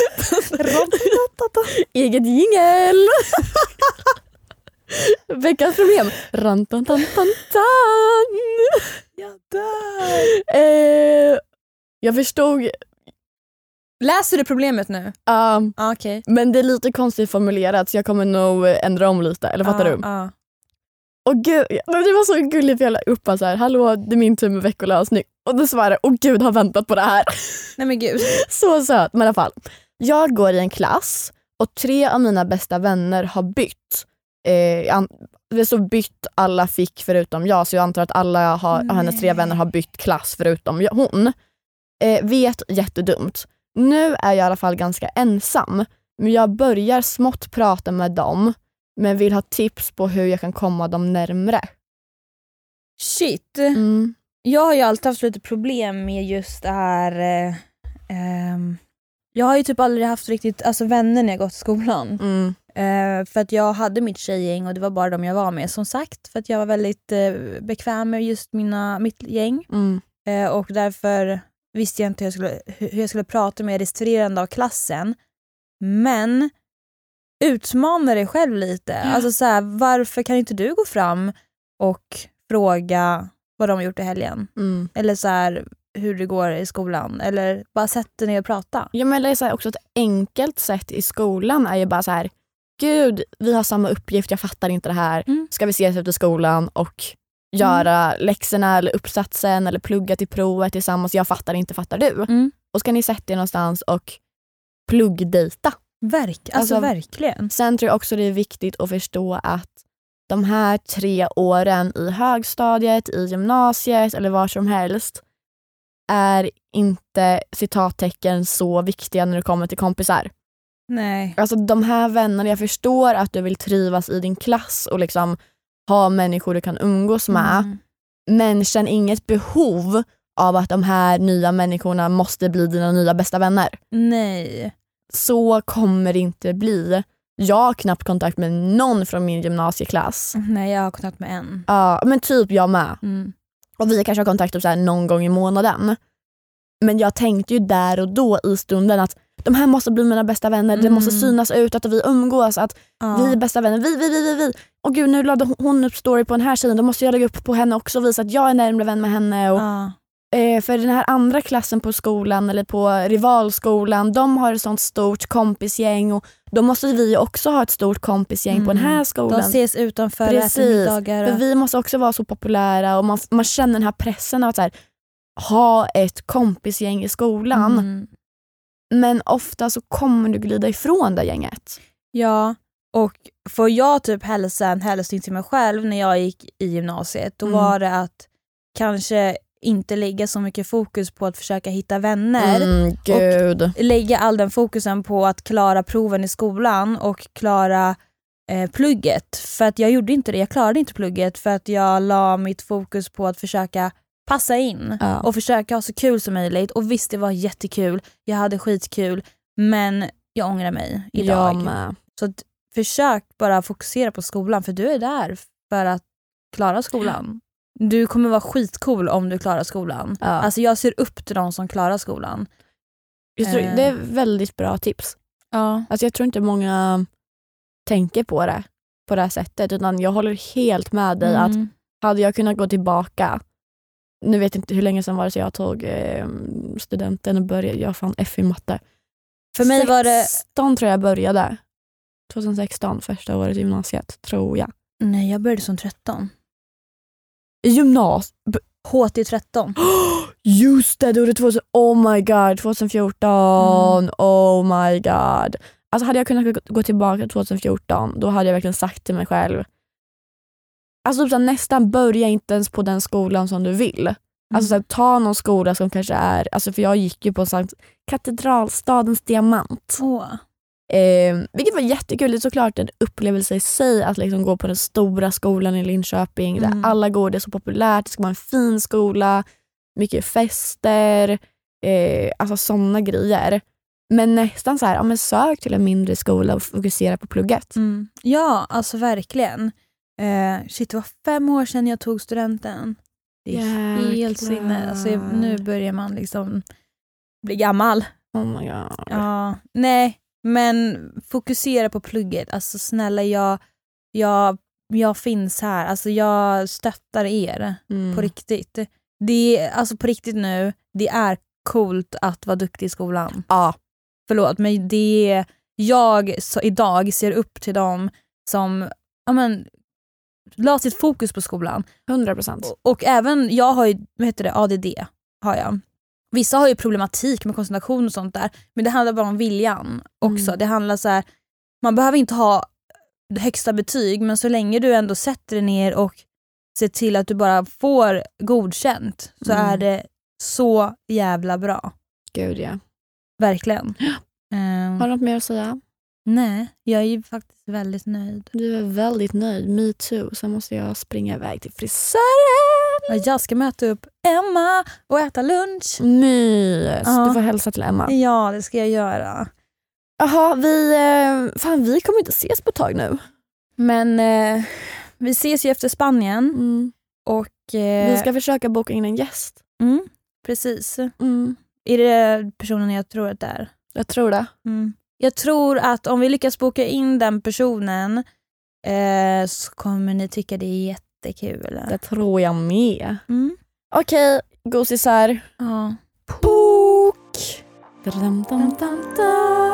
Eget jingel. Veckans problem. Rantatantantan. Jag dör. Eh, jag förstod, Läser du problemet nu? um, Ah, okej. men det är lite konstigt formulerat så jag kommer nog ändra om lite. Eller fattar Ah, du? ah. Och gud, det var så gulligt för jag la upp så här, hallå det är min tur med veckolösning. Och då svarade åh gud har väntat på det här. Nej men gud. Så söt, men i alla fall. Jag går i en klass och tre av mina bästa vänner har bytt. Eh, an- det står bytt, alla fick förutom jag, så jag antar att alla har, av hennes tre vänner har bytt klass förutom jag, hon. Eh, vet, jättedumt. Nu är jag i alla fall ganska ensam, men jag börjar smått prata med dem, men vill ha tips på hur jag kan komma dem närmre. Shit. Mm. Jag har ju alltid haft lite problem med just det här... Eh, eh, jag har ju typ aldrig haft riktigt alltså, vänner när jag gått till skolan. Mm. Eh, för att jag hade mitt tjejgäng och det var bara de jag var med. Som sagt, för att jag var väldigt eh, bekväm med just mina, mitt gäng. Mm. Eh, och därför visste jag inte hur jag skulle, hur jag skulle prata med resterande av klassen. Men utmana dig själv lite. Ja. Alltså så här, varför kan inte du gå fram och fråga vad de har gjort i helgen? Mm. Eller så här, hur det går i skolan. Eller bara sätta dig ner och prata. Ja, men det är så här, också ett enkelt sätt i skolan är ju bara så här: gud, vi har samma uppgift, jag fattar inte det här. Mm. Ska vi ses efter skolan och göra mm. läxorna eller uppsatsen eller plugga till provet tillsammans? Jag fattar inte, fattar du? Mm. Och ska ni sätta er någonstans och pluggdejta. Verk, alltså, alltså verkligen. Sen tror jag också det är viktigt att förstå att de här tre åren i högstadiet, i gymnasiet eller var som helst är inte citattecken så viktiga när det kommer till kompisar. Nej. Alltså de här vännerna, jag förstår att du vill trivas i din klass och liksom ha människor du kan umgås med. Mm. Men känn inget behov av att de här nya människorna måste bli dina nya bästa vänner. Nej. Så kommer det inte bli. Jag har knappt kontakt med någon från min gymnasieklass. Nej, jag har kontakt med en. Ja, men typ jag med. Mm. Och vi kanske har kontakt typ så här någon gång i månaden. Men jag tänkte ju där och då i stunden att de här måste bli mina bästa vänner. Mm. Det måste synas ut att vi umgås, att ja. vi är bästa vänner. Vi, vi, vi, vi, vi. Och gud, nu lade hon upp story på den här tjejen. Då måste jag lägga upp på henne också och visa att jag är närmare vän med henne. Och, ja. eh, för den här andra klassen på skolan eller på rivalskolan, de har ett sånt stort kompisgäng och då måste vi också ha ett stort kompisgäng mm. på den här skolan. De ses utanför. Precis, och... för vi måste också vara så populära och man, man känner den här pressen av att så här, ha ett kompisgäng i skolan. Mm. Men ofta så kommer du glida ifrån det gänget. Ja, och får jag typ hälsa en hälsning till mig själv när jag gick i gymnasiet, då mm. var det att kanske inte lägga så mycket fokus på att försöka hitta vänner mm, Gud. och lägga all den fokusen på att klara proven i skolan och klara eh, plugget. För att jag gjorde inte det, jag klarade inte plugget för att jag la mitt fokus på att försöka passa in ja. och försöka ha så kul som möjligt. Och visst, det var jättekul. Jag hade skitkul. Men jag ångrar mig idag. Ja, så att, försök bara fokusera på skolan. För du är där för att klara skolan. Ja. Du kommer vara skitcool om du klarar skolan. Ja. Alltså jag ser upp till de som klarar skolan. Jag tror, det är väldigt bra tips. Ja. Alltså jag tror inte många tänker på det på det här sättet. Utan jag håller helt med dig mm. att hade jag kunnat gå tillbaka. Nu vet jag inte hur länge sedan var det så jag tog eh, studenten och började. Jag fann F i matte. För mig var det... sexton tror jag började. tjugohundrasexton, första året i gymnasiet, tror jag. Nej, jag började som tretton. I gymnasiet? H T tretton. Just det, då var det tvåtusen, oh my god, tjugohundrafjorton. Mm. Oh my god. Alltså hade jag kunnat gå tillbaka till tjugohundrafjorton, då hade jag verkligen sagt till mig själv. Alltså typ så här, nästan börja inte ens på den skolan som du vill. Mm. Alltså så här, ta någon skola som kanske är, alltså för jag gick ju på en sån katedralstadens diamant. Oh. Eh, vilket var jättekul. Det är såklart en upplevelse i sig att liksom gå på den stora skolan i Linköping mm. där alla går, det är så populärt, det ska vara en fin skola, mycket fester, eh, alltså sådana grejer. Men nästan så här, ja, men sök till en mindre skola och fokusera på plugget. Mm. Ja, alltså verkligen. Eh, shit, det var fem år sedan jag tog studenten. Det är Jäklar. helt sinne. Alltså, nu börjar man liksom bli gammal. Oh my god. Ja, nej. Men fokusera på plugget. Alltså snälla, jag, jag, jag finns här. Alltså jag stöttar er mm. på riktigt. Det är, alltså på riktigt nu, det är coolt att vara duktig i skolan. Ja. Förlåt, men det är, jag så idag ser upp till dem som ja, men, la sitt fokus på skolan. hundra procent. Och, och även, jag har ju, vad heter det, A D D har jag. Vissa har ju problematik med koncentration och sånt där. Men det handlar bara om viljan också. Mm. Det handlar så här, man behöver inte ha det högsta betyg, men så länge du ändå sätter dig ner och ser till att du bara får godkänt så mm. är det så jävla bra. Gud, ja. Verkligen. Um, har du något mer att säga? Nej, jag är ju faktiskt väldigt nöjd. Du är väldigt nöjd, me too. Så måste jag springa iväg till frisören. Jag ska möta upp Emma och äta lunch. Mys. Ja. Du får hälsa till Emma. Ja, det ska jag göra. Jaha, vi, eh, fan, vi kommer inte ses på ett tag nu. Men eh, vi ses ju efter Spanien. Mm. Och, eh, Vi ska försöka boka in en gäst. Mm, precis. Mm. Är det personen jag tror att det är? Jag tror det. Mm. Jag tror att om vi lyckas boka in den personen eh, så kommer ni tycka det är jättekul. Det tror jag med. Mm. Okej, gosisar. Ja. Bok! Dum, dum, dum, dum.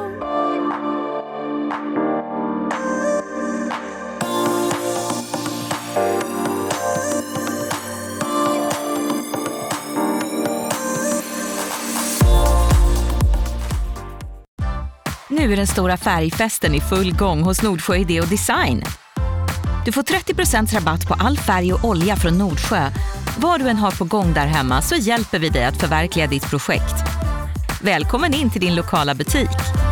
Nu är den stora färgfesten i full gång hos Nordsjö Idé och Design. Du får trettio procent rabatt på all färg och olja från Nordsjö. Vad du än har på gång där hemma så hjälper vi dig att förverkliga ditt projekt. Välkommen in till din lokala butik.